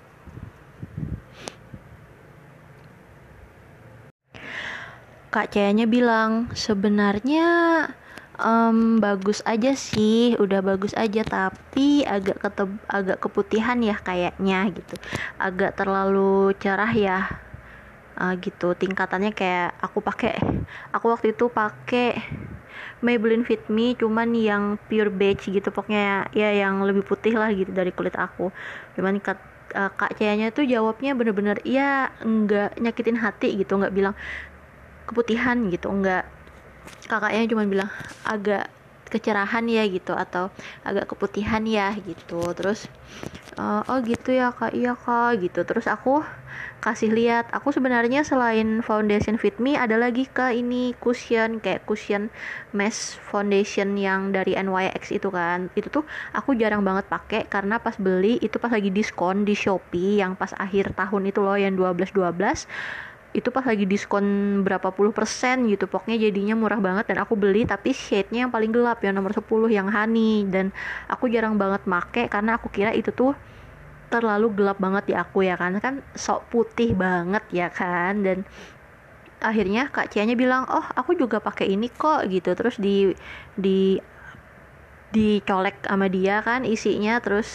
Kak Cea-nya bilang sebenarnya um, bagus aja sih, udah bagus aja, tapi agak keteb agak keputihan ya kayaknya gitu, agak terlalu cerah ya, uh, gitu tingkatannya. Kayak aku pakai, aku waktu itu pakai Maybelline Fit Me cuman yang pure beige gitu, pokoknya ya yang lebih putih lah gitu dari kulit aku. Cuman kat, uh, Kak Cea-nya tuh jawabnya bener-bener ya nggak nyakitin hati gitu, nggak bilang keputihan gitu, enggak, kakaknya cuma bilang agak kecerahan ya gitu, atau agak keputihan ya gitu. Terus uh, oh gitu ya kak, iya kak gitu. Terus aku kasih lihat, aku sebenarnya selain foundation Fit Me ada lagi kak ini cushion, kayak cushion mesh foundation yang dari N Y X itu kan, itu tuh aku jarang banget pakai karena pas beli itu pas lagi diskon di Shopee yang pas akhir tahun itu loh, yang dua belas dua belas itu pas lagi diskon berapa puluh persen gitu, pokoknya jadinya murah banget, dan aku beli tapi shade-nya yang paling gelap, yang nomor sepuluh yang honey, dan aku jarang banget make karena aku kira itu tuh terlalu gelap banget di aku ya kan, kan sok putih banget ya kan. Dan akhirnya kak Cia-nya bilang oh aku juga pakai ini kok gitu, terus di di dicolek sama dia kan isinya, terus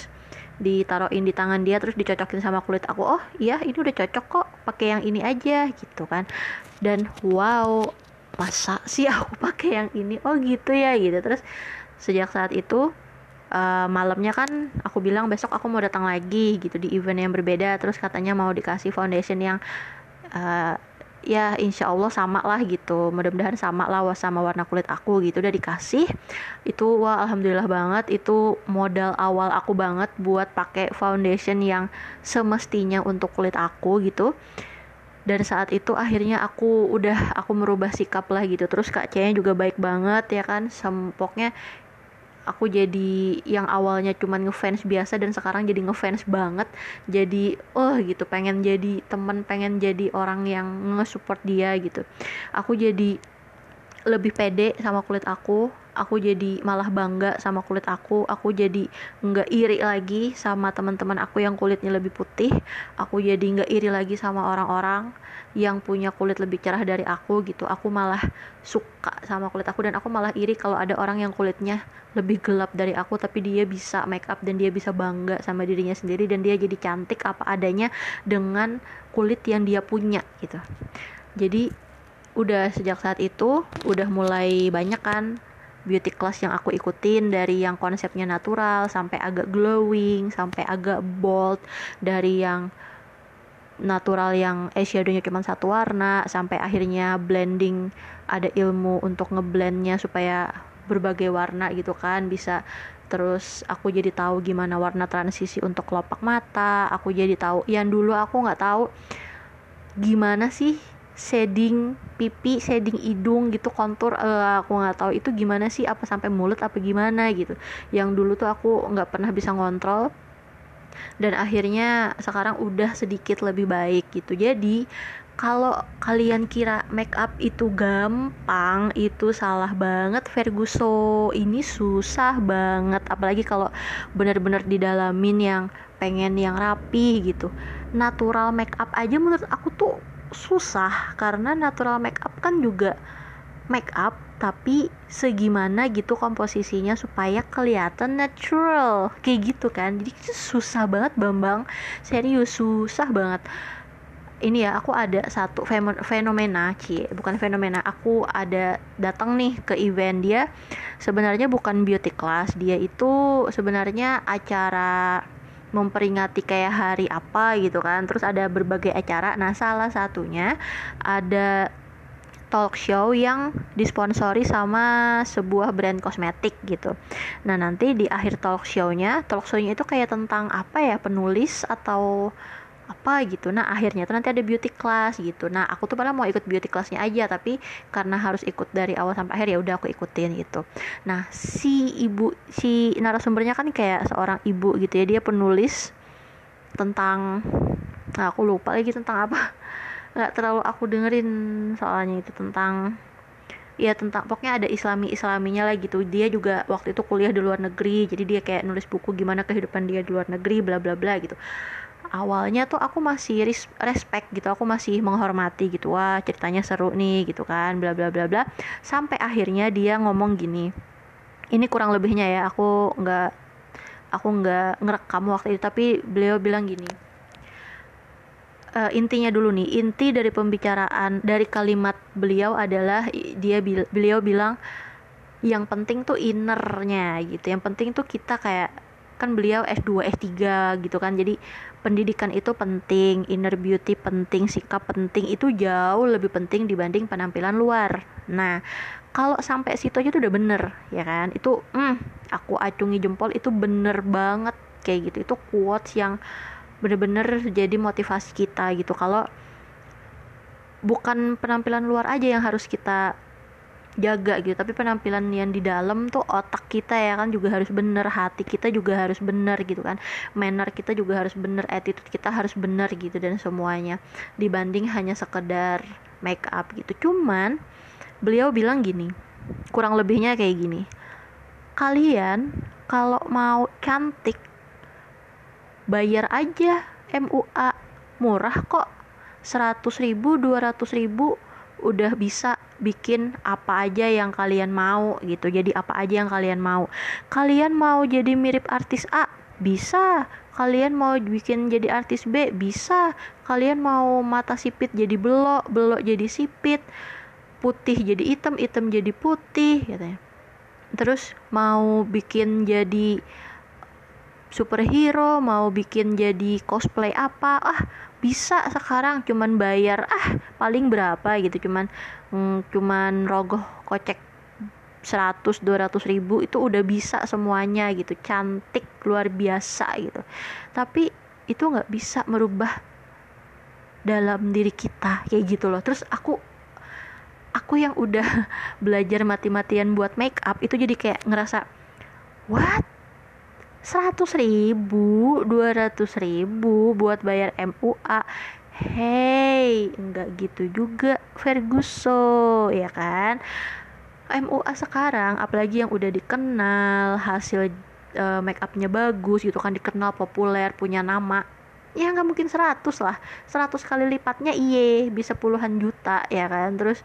ditaruhin di tangan dia terus dicocokin sama kulit aku. Oh iya, ini udah cocok kok, pakai yang ini aja gitu kan. Dan wow, masa sih aku pakai yang ini, oh gitu ya gitu. Terus sejak saat itu uh, malamnya kan aku bilang besok aku mau datang lagi gitu di event yang berbeda, terus katanya mau dikasih foundation yang uh, ya insya Allah sama lah gitu, mudah-mudahan sama lah sama warna kulit aku gitu. Udah dikasih itu, wah alhamdulillah banget, itu modal awal aku banget buat pakai foundation yang semestinya untuk kulit aku gitu. Dan saat itu akhirnya aku udah aku merubah sikap lah gitu. Terus Kak C nya juga baik banget ya kan, sempoknya aku jadi yang awalnya cuman ngefans biasa dan sekarang jadi ngefans banget, jadi oh gitu pengen jadi temen, pengen jadi orang yang nge-support dia gitu. Aku jadi lebih pede sama kulit aku, aku jadi malah bangga sama kulit aku, aku jadi nggak iri lagi sama teman-teman aku yang kulitnya lebih putih, aku jadi nggak iri lagi sama orang-orang yang punya kulit lebih cerah dari aku gitu. Aku malah suka sama kulit aku dan aku malah iri kalau ada orang yang kulitnya lebih gelap dari aku tapi dia bisa make up dan dia bisa bangga sama dirinya sendiri dan dia jadi cantik apa adanya dengan kulit yang dia punya gitu. Jadi udah sejak saat itu udah mulai banyak kan beauty class yang aku ikutin, dari yang konsepnya natural sampai agak glowing sampai agak bold, dari yang natural yang eyeshadownya cuma satu warna sampai akhirnya blending, ada ilmu untuk ngeblendnya supaya berbagai warna gitu kan bisa. Terus aku jadi tahu gimana warna transisi untuk kelopak mata, aku jadi tahu yang dulu aku nggak tahu gimana sih shading pipi, shading hidung gitu, kontur uh, aku nggak tahu itu gimana sih, apa sampai mulut apa gimana gitu. Yang dulu tuh aku nggak pernah bisa ngontrol dan akhirnya sekarang udah sedikit lebih baik gitu. Jadi kalau kalian kira make up itu gampang, itu salah banget. Ferguso ini susah banget, apalagi kalau benar-benar didalamin yang pengen yang rapi gitu. Natural make up aja menurut aku tuh susah, karena natural make up kan juga make up tapi segimana gitu komposisinya supaya kelihatan natural kayak gitu kan. Jadi itu susah banget Bambang, serius susah banget. Ini ya, aku ada satu fenomena, cie bukan fenomena, aku ada datang nih ke event dia. Sebenarnya bukan beauty class, dia itu sebenarnya acara memperingati kayak hari apa gitu kan. Terus ada berbagai acara. Nah salah satunya ada talk show yang disponsori sama sebuah brand kosmetik gitu. Nah nanti di akhir talk show-nya, talk show-nya itu kayak tentang apa ya, penulis atau apa gitu. Nah akhirnya tuh nanti ada beauty class gitu. Nah aku tuh padahal mau ikut beauty classnya aja, tapi karena harus ikut dari awal sampai akhir ya udah aku ikutin gitu. Nah si ibu, si narasumbernya kan kayak seorang ibu gitu ya, dia penulis tentang, nah aku lupa lagi tentang apa, nggak terlalu aku dengerin soalnya itu tentang ya tentang pokoknya ada islami islaminya lah gitu. Dia juga waktu itu kuliah di luar negeri, jadi dia kayak nulis buku gimana kehidupan dia di luar negeri bla bla bla gitu. Awalnya tuh aku masih respect gitu, aku masih menghormati gitu, wah ceritanya seru nih gitu kan bla bla bla bla, sampai akhirnya dia ngomong gini. Ini kurang lebihnya ya, aku nggak aku nggak ngerekam waktu itu, tapi beliau bilang gini. Uh, intinya dulu nih, inti dari pembicaraan dari kalimat beliau adalah dia beliau bilang yang penting tuh innernya gitu, yang penting tuh kita kayak, kan beliau S dua S tiga gitu kan, jadi pendidikan itu penting, inner beauty penting, sikap penting, itu jauh lebih penting dibanding penampilan luar. Nah kalau sampai situ aja tuh udah bener ya kan, itu hmm, aku acungi jempol, itu bener banget kayak gitu. Itu quotes yang bener-bener jadi motivasi kita gitu. Kalau bukan penampilan luar aja yang harus kita jaga gitu, tapi penampilan yang di dalam tuh, otak kita ya kan juga harus bener, hati kita juga harus bener gitu kan, manner kita juga harus bener, attitude kita harus bener gitu, dan semuanya dibanding hanya sekedar make up gitu. Cuman beliau bilang gini, kurang lebihnya kayak gini, kalian kalau mau cantik bayar aja M U A, murah kok, seratus ribu dua ratus ribu udah bisa bikin apa aja yang kalian mau gitu. Jadi apa aja yang kalian mau, kalian mau jadi mirip artis A, bisa. Kalian mau bikin jadi artis B, bisa. Kalian mau mata sipit jadi belok, belok jadi sipit, putih jadi hitam, hitam jadi putih katanya. Terus mau bikin jadi superhero, mau bikin jadi cosplay apa, ah bisa sekarang, cuman bayar ah paling berapa gitu, cuman mm, cuman rogoh kocek seratus dua ratus ribu itu udah bisa semuanya gitu, cantik luar biasa gitu. Tapi itu nggak bisa merubah dalam diri kita kayak gitu loh. Terus aku aku yang udah belajar mati-matian buat make up itu jadi kayak ngerasa, what, seratus ribu, dua ratus ribu buat bayar M U A. Hey, enggak gitu juga Ferguson, ya kan? M U A sekarang apalagi yang udah dikenal, hasil uh, make upnya bagus gitu kan, dikenal, populer, punya nama, ya nggak mungkin seratus lah, seratus kali lipatnya iye bisa puluhan juta ya kan. Terus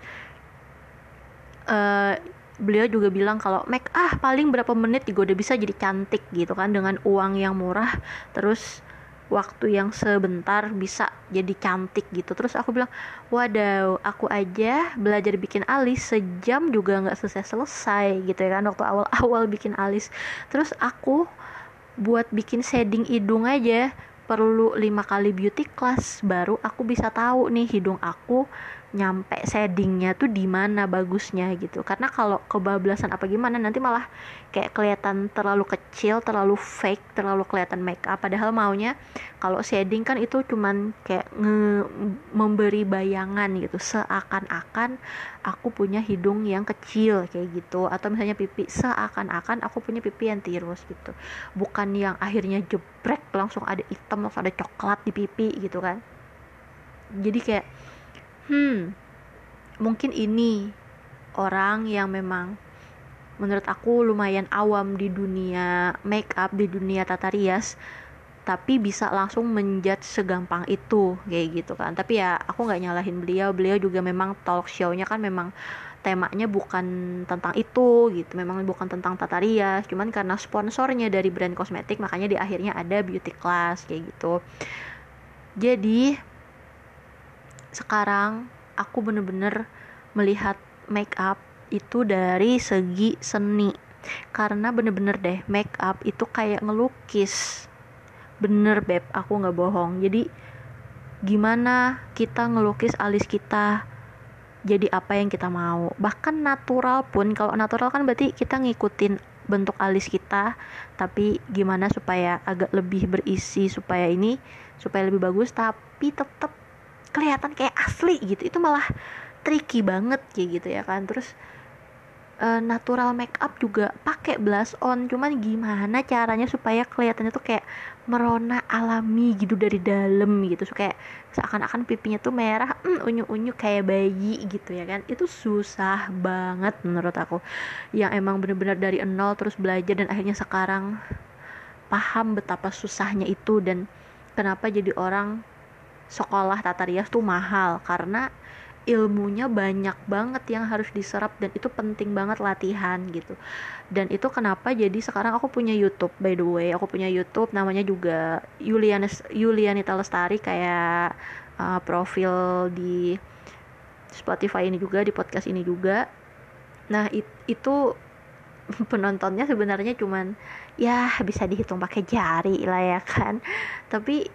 uh, beliau juga bilang kalau make ah paling berapa menit juga udah bisa jadi cantik gitu kan, dengan uang yang murah, terus waktu yang sebentar bisa jadi cantik gitu. Terus aku bilang, wadaw, aku aja belajar bikin alis sejam juga nggak selesai-selesai gitu ya kan, waktu awal-awal bikin alis. Terus aku buat bikin shading hidung aja perlu lima kali beauty class baru aku bisa tahu nih hidung aku nyampe shadingnya tuh di mana bagusnya gitu. Karena kalau kebablasan apa gimana nanti malah kayak kelihatan terlalu kecil, terlalu fake, terlalu kelihatan make up. Padahal maunya kalau shading kan itu cuman kayak nge- memberi bayangan gitu, seakan-akan aku punya hidung yang kecil kayak gitu, atau misalnya pipi, seakan-akan aku punya pipi yang tirus gitu, bukan yang akhirnya jebrek langsung ada hitam, langsung ada coklat di pipi gitu kan. Jadi kayak hmm mungkin ini orang yang memang menurut aku lumayan awam di dunia make up, di dunia tata rias, tapi bisa langsung menjudge segampang itu kayak gitu kan. Tapi ya aku nggak nyalahin beliau, beliau juga memang talk show-nya kan memang temanya bukan tentang itu gitu, memang bukan tentang tata rias, cuman karena sponsornya dari brand kosmetik makanya di akhirnya ada beauty class kayak gitu. Jadi sekarang aku bener-bener melihat make up itu dari segi seni, karena bener-bener deh make up itu kayak ngelukis, bener beb, aku nggak bohong. Jadi gimana kita ngelukis alis kita jadi apa yang kita mau, bahkan natural pun. Kalau natural kan berarti kita ngikutin bentuk alis kita, tapi gimana supaya agak lebih berisi, supaya ini supaya lebih bagus tapi tetap kelihatan kayak asli gitu, itu malah tricky banget kayak gitu ya kan. Terus uh, natural make up juga pakai blush on, cuman gimana caranya supaya kelihatannya tuh kayak merona alami gitu dari dalam gitu, so, kayak seakan-akan pipinya tuh merah, mm, unyu-unyu kayak bayi gitu ya kan. Itu susah banget menurut aku, yang emang bener-bener dari nol terus belajar dan akhirnya sekarang paham betapa susahnya itu dan kenapa jadi orang sekolah tata rias tuh mahal, karena ilmunya banyak banget yang harus diserap dan itu penting banget latihan gitu. Dan itu kenapa jadi sekarang aku punya YouTube, by the way aku punya YouTube namanya juga Yulianis Yulianita Lestari, kayak uh, profil di Spotify ini juga, di podcast ini juga. Nah it, itu penontonnya sebenarnya cuman ya bisa dihitung pakai jari lah ya kan. Tapi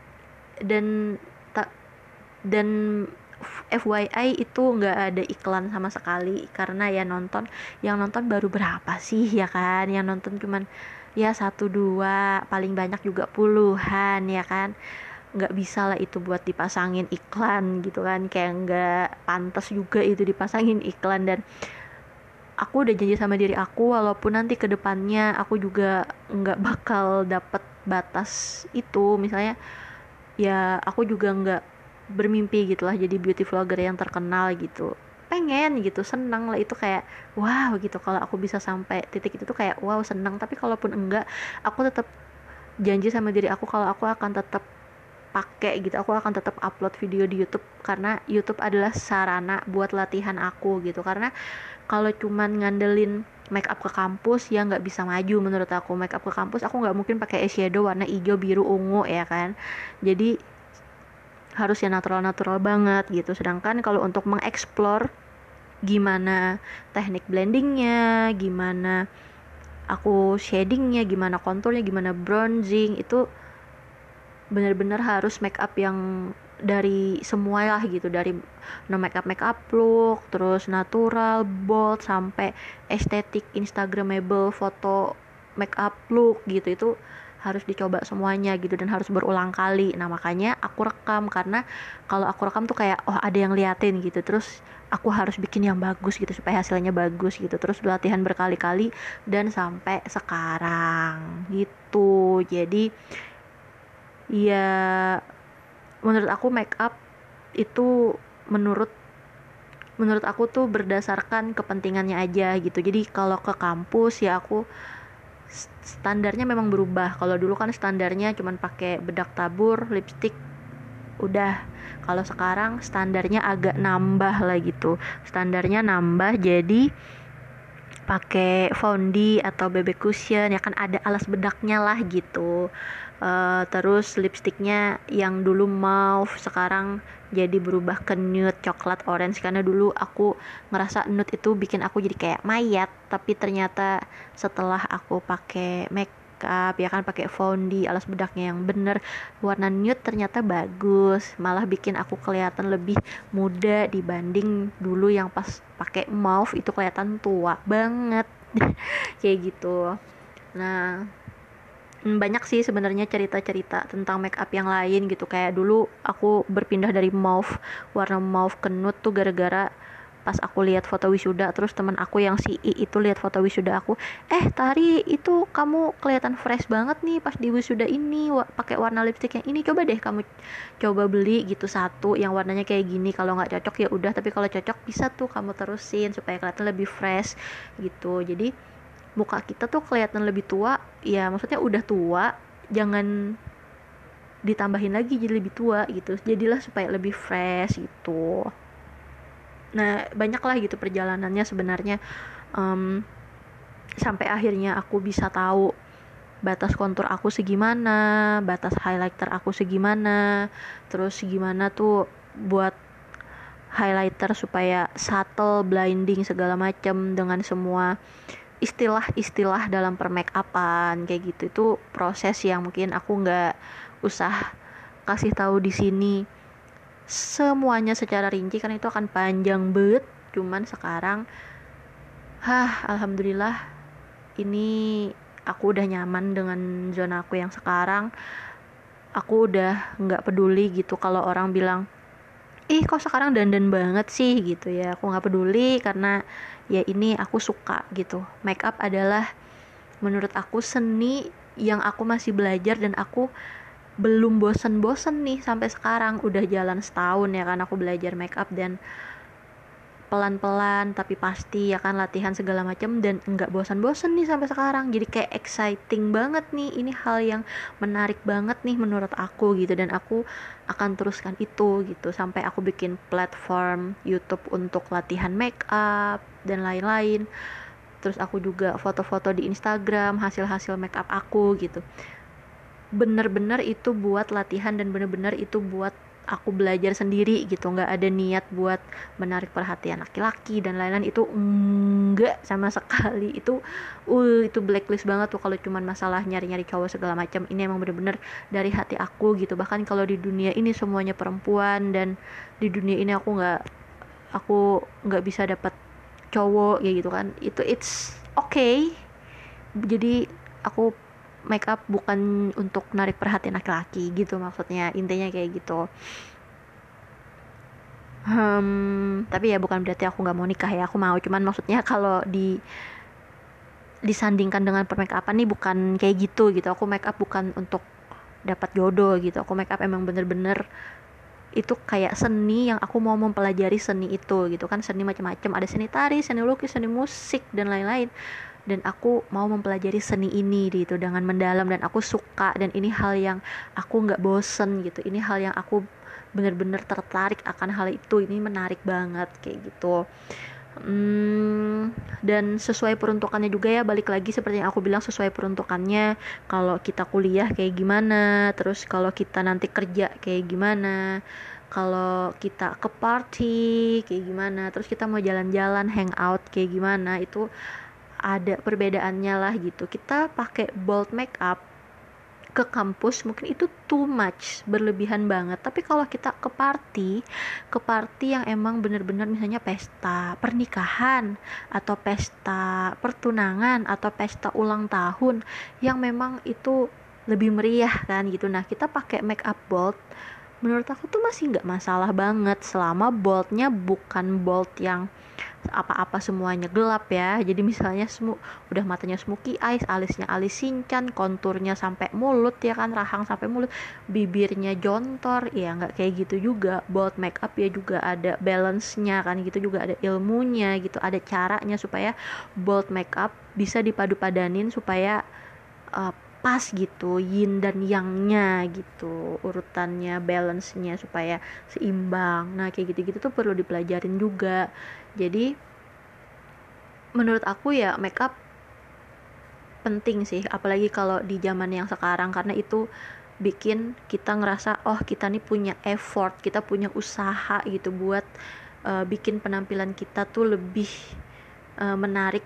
dan ta, dan F Y I itu nggak ada iklan sama sekali, karena ya nonton yang nonton baru berapa sih ya kan, yang nonton cuman ya satu dua, paling banyak juga puluhan ya kan. Nggak bisa lah itu buat dipasangin iklan gitu kan, kayak nggak pantas juga itu dipasangin iklan. Dan aku udah janji sama diri aku, walaupun nanti kedepannya aku juga nggak bakal dapet batas itu, misalnya ya aku juga nggak bermimpi gitulah jadi beauty vlogger yang terkenal gitu, pengen gitu, senang lah itu, kayak wow gitu kalau aku bisa sampai titik itu tuh kayak wow, senang. Tapi kalaupun enggak, aku tetap janji sama diri aku kalau aku akan tetap pakai gitu, aku akan tetap upload video di YouTube, karena YouTube adalah sarana buat latihan aku gitu. Karena kalau cuman ngandelin make up ke kampus ya nggak bisa maju menurut aku. Make up ke kampus aku nggak mungkin pakai eyeshadow warna hijau biru ungu ya kan, jadi harus ya natural-natural banget gitu. Sedangkan kalau untuk mengeksplor gimana teknik blendingnya, gimana aku shadingnya, gimana konturnya, gimana bronzing, itu benar-benar harus make up yang dari semua lah gitu, dari no make up make up look, terus natural, bold, sampai estetik instagramable foto make up look gitu, itu harus dicoba semuanya gitu dan harus berulang kali. Nah makanya aku rekam, karena kalau aku rekam tuh kayak oh ada yang liatin gitu, terus aku harus bikin yang bagus gitu supaya hasilnya bagus gitu, terus latihan berkali-kali dan sampai sekarang gitu. Jadi ya menurut aku make up itu menurut menurut aku tuh berdasarkan kepentingannya aja gitu. Jadi kalau ke kampus ya aku standarnya memang berubah. Kalau dulu kan standarnya cuman pakai bedak tabur, lipstick, udah. Kalau sekarang standarnya agak nambah lah gitu. Standarnya nambah jadi pakai foundie atau B B cushion ya kan, ada alas bedaknya lah gitu. Uh, terus lipstiknya yang dulu mauve sekarang jadi berubah ke nude, coklat, orange, karena dulu aku ngerasa nude itu bikin aku jadi kayak mayat, tapi ternyata setelah aku pakai makeup ya kan, pakai foundie, alas bedaknya yang bener, warna nude ternyata bagus, malah bikin aku kelihatan lebih muda dibanding dulu yang pas pakai mauve itu kelihatan tua banget kayak gitu. Nah banyak sih sebenarnya cerita-cerita tentang make up yang lain gitu. Kayak dulu aku berpindah dari mauve, warna mauve ke nude tuh gara-gara pas aku lihat foto wisuda, terus teman aku yang si I itu lihat foto wisuda aku, eh Tari itu kamu kelihatan fresh banget nih pas di wisuda ini, wa- pakai warna lipstick yang ini, coba deh kamu coba beli gitu satu yang warnanya kayak gini, kalau nggak cocok ya udah, tapi kalau cocok bisa tuh kamu terusin supaya kelihatan lebih fresh gitu. Jadi muka kita tuh kelihatan lebih tua ya, maksudnya udah tua jangan ditambahin lagi jadi lebih tua gitu, jadilah supaya lebih fresh gitu. Nah banyak lah gitu perjalanannya sebenarnya, um, sampai akhirnya aku bisa tahu batas kontur aku segimana, batas highlighter aku segimana, terus gimana tuh buat highlighter supaya subtle, blinding segala macam dengan semua istilah-istilah dalam permakeupan kayak gitu. Itu proses yang mungkin aku nggak usah kasih tahu di sini semuanya secara rinci kan itu akan panjang banget. Cuman sekarang hah alhamdulillah ini aku udah nyaman dengan zona aku yang sekarang. Aku udah nggak peduli gitu kalau orang bilang ih kok sekarang dandan banget sih gitu ya, aku nggak peduli karena ya ini aku suka gitu. Make up adalah menurut aku seni yang aku masih belajar dan aku belum bosen-bosen nih sampai sekarang. Udah jalan setahun ya kan aku belajar make up, dan pelan-pelan tapi pasti ya kan latihan segala macam, dan nggak bosan-bosan nih sampai sekarang. Jadi kayak exciting banget nih, ini hal yang menarik banget nih menurut aku gitu, dan aku akan teruskan itu gitu sampai aku bikin platform YouTube untuk latihan make up dan lain-lain. Terus aku juga foto-foto di Instagram hasil-hasil make up aku gitu. Bener-bener itu buat latihan dan bener-bener itu buat aku belajar sendiri gitu, nggak ada niat buat menarik perhatian laki-laki dan lain-lain. Itu enggak sama sekali. Itu uh itu blacklist banget tuh kalau cuman masalah nyari-nyari cowok segala macam. Ini emang bener-bener dari hati aku gitu. Bahkan kalau di dunia ini semuanya perempuan dan di dunia ini aku nggak aku nggak bisa dapat cowok ya gitu kan, itu it's okay. Jadi aku make up bukan untuk narik perhatian laki-laki gitu, maksudnya intinya kayak gitu. Hmm, tapi ya bukan berarti aku nggak mau nikah ya, aku mau. Cuman maksudnya kalau di disandingkan dengan permake upan nih bukan kayak gitu gitu. Aku make up bukan untuk dapat jodoh gitu. Aku make up emang bener-bener itu kayak seni yang aku mau mempelajari seni itu gitu kan. Seni macam-macam, ada seni tari, seni lukis, seni musik dan lain-lain. Dan aku mau mempelajari seni ini gitu dengan mendalam, dan aku suka, dan ini hal yang aku nggak bosen gitu. Ini hal yang aku bener-bener tertarik akan hal itu, ini menarik banget kayak gitu. Hmm, dan sesuai peruntukannya juga ya, balik lagi seperti yang aku bilang, sesuai peruntukannya. Kalau kita kuliah kayak gimana, terus kalau kita nanti kerja kayak gimana, kalau kita ke party kayak gimana, terus kita mau jalan-jalan hangout kayak gimana, itu ada perbedaannya lah gitu. Kita pakai bold makeup ke kampus mungkin itu too much, berlebihan banget. Tapi kalau kita ke party, ke party yang emang bener-bener misalnya pesta pernikahan atau pesta pertunangan atau pesta ulang tahun yang memang itu lebih meriah kan gitu. Nah, kita pakai make up bold, menurut aku tuh masih nggak masalah banget selama boldnya bukan bold yang apa-apa semuanya gelap ya. Jadi misalnya semu udah matanya smoky eyes, alisnya alis sinchan, konturnya sampai mulut ya kan, rahang sampai mulut, bibirnya jontor, ya nggak kayak gitu juga. Bold makeup ya juga ada balance-nya kan gitu, juga ada ilmunya gitu, ada caranya supaya bold makeup bisa dipadu-padanin supaya uh, pas gitu, yin dan yang-nya gitu, urutannya, balance-nya supaya seimbang. Nah kayak gitu-gitu tuh perlu dipelajarin juga. Jadi menurut aku ya makeup penting sih, apalagi kalau di zaman yang sekarang, karena itu bikin kita ngerasa oh kita nih punya effort, kita punya usaha gitu buat uh, bikin penampilan kita tuh lebih uh, menarik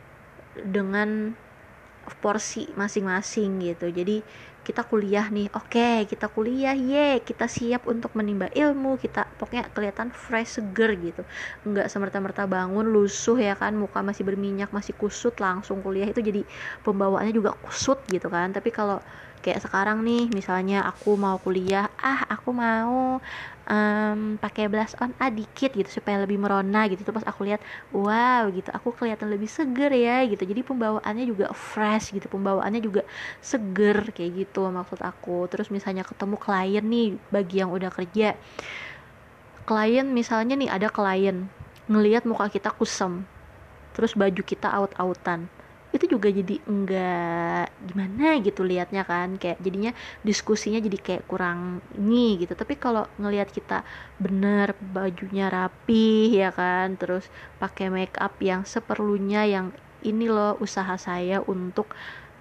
dengan porsi masing-masing gitu. Jadi kita kuliah nih, oke okay, kita kuliah, ye kita siap untuk menimba ilmu, kita pokoknya kelihatan fresh, seger gitu, nggak semerta-merta bangun lusuh ya kan, muka masih berminyak, masih kusut langsung kuliah, itu jadi pembawaannya juga kusut gitu kan. Tapi kalau kayak sekarang nih, misalnya aku mau kuliah, ah aku mau um, pakai blush on ah dikit gitu supaya lebih merona gitu, terus pas aku lihat wow gitu, aku kelihatan lebih seger ya gitu, jadi pembawaannya juga fresh gitu, pembawaannya juga seger kayak gitu maksud aku. Terus misalnya ketemu klien nih, bagi yang udah kerja, klien misalnya nih, ada klien ngelihat muka kita kusem, terus baju kita aut-autan, itu juga jadi enggak gimana gitu liatnya kan, kayak jadinya diskusinya jadi kayak kurang ini gitu. Tapi kalau ngelihat kita bener bajunya rapi ya kan, terus pakai make up yang seperlunya, yang ini loh usaha saya untuk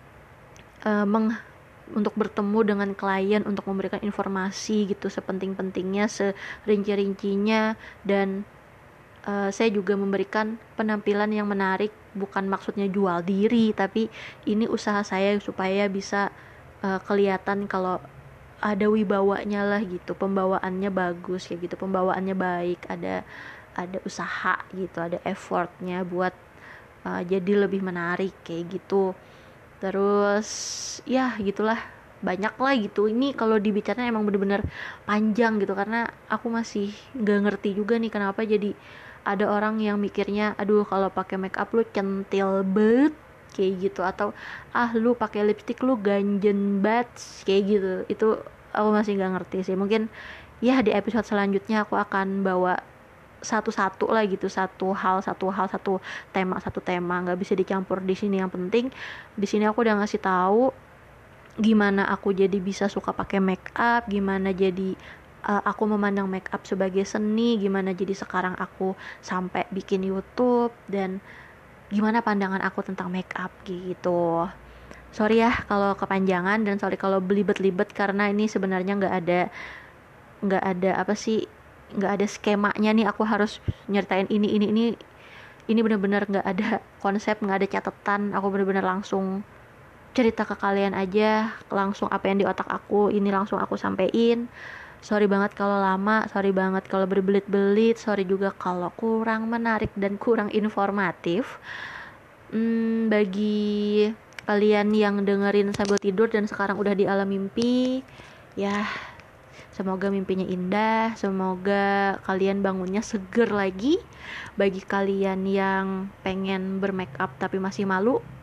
uh, meng untuk bertemu dengan klien, untuk memberikan informasi gitu sepenting-pentingnya, serinci-rincinya, dan Uh, saya juga memberikan penampilan yang menarik, bukan maksudnya jual diri, tapi ini usaha saya supaya bisa uh, kelihatan kalau ada wibawanya lah gitu, pembawaannya bagus kayak gitu, pembawaannya baik, ada ada usaha gitu, ada effortnya buat uh, jadi lebih menarik kayak gitu. Terus ya gitulah, banyak lah gitu. Ini kalau dibicarain emang bener-bener panjang gitu, karena aku masih gak ngerti juga nih kenapa jadi ada orang yang mikirnya aduh kalau pakai make up lu centil banget kayak gitu, atau ah lu pakai lipstick lu ganjen banget kayak gitu. Itu aku masih nggak ngerti sih. Mungkin ya di episode selanjutnya aku akan bawa satu-satu lah gitu, satu hal satu hal satu tema satu tema, nggak bisa dicampur di sini. Yang penting di sini aku udah ngasih tahu gimana aku jadi bisa suka pakai make up, gimana jadi uh, aku memandang make up sebagai seni, gimana jadi sekarang aku sampai bikin YouTube, dan gimana pandangan aku tentang make up gitu. Sorry ya kalau kepanjangan, dan sorry kalau belibet-libet, karena ini sebenarnya nggak ada nggak ada apa sih nggak ada skemanya nih, aku harus nyeritain ini ini ini ini benar-benar nggak ada konsep, nggak ada catatan, aku benar-benar langsung cerita ke kalian aja, langsung apa yang di otak aku ini langsung aku sampein. Sorry banget kalau lama, sorry banget kalau berbelit-belit, sorry juga kalau kurang menarik dan kurang informatif. Hmm, bagi kalian yang dengerin sambil tidur dan sekarang udah di alam mimpi, ya semoga mimpinya indah, semoga kalian bangunnya seger lagi. Bagi kalian yang pengen bermake up tapi masih malu,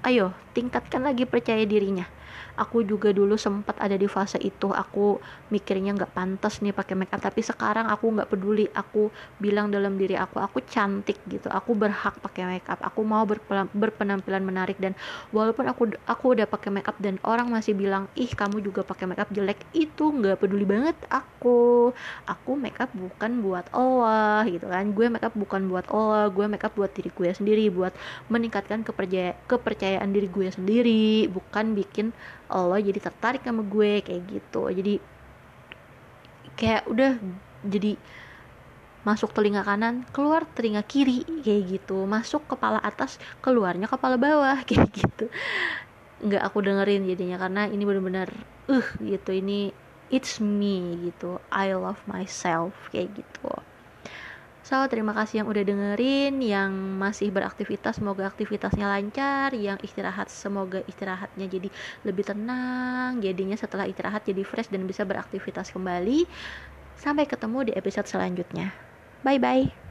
ayo tingkatkan lagi percaya dirinya. Aku juga dulu sempat ada di fase itu, aku mikirnya nggak pantas nih pakai makeup, tapi sekarang aku nggak peduli. Aku bilang dalam diri aku aku cantik gitu, aku berhak pakai makeup, aku mau berpelam- berpenampilan menarik. Dan walaupun aku aku udah pakai makeup dan orang masih bilang ih kamu juga pakai makeup jelek, itu nggak peduli banget aku. Aku makeup bukan buat Allah gitu kan, gue makeup bukan buat Allah, gue makeup buat diri gue sendiri, buat meningkatkan kepercaya kepercayaan diri gue sendiri, bukan bikin Allah jadi tertarik sama gue kayak gitu. Jadi kayak udah, jadi masuk telinga kanan keluar telinga kiri kayak gitu, masuk kepala atas keluarnya kepala bawah kayak gitu. Nggak aku dengerin jadinya, karena ini benar-benar uh gitu, ini it's me gitu, I love myself kayak gitu. So, terima kasih yang udah dengerin, yang masih beraktivitas, semoga aktivitasnya lancar, yang istirahat, semoga istirahatnya jadi lebih tenang, jadinya setelah istirahat jadi fresh dan bisa beraktivitas kembali. Sampai ketemu di episode selanjutnya. Bye-bye.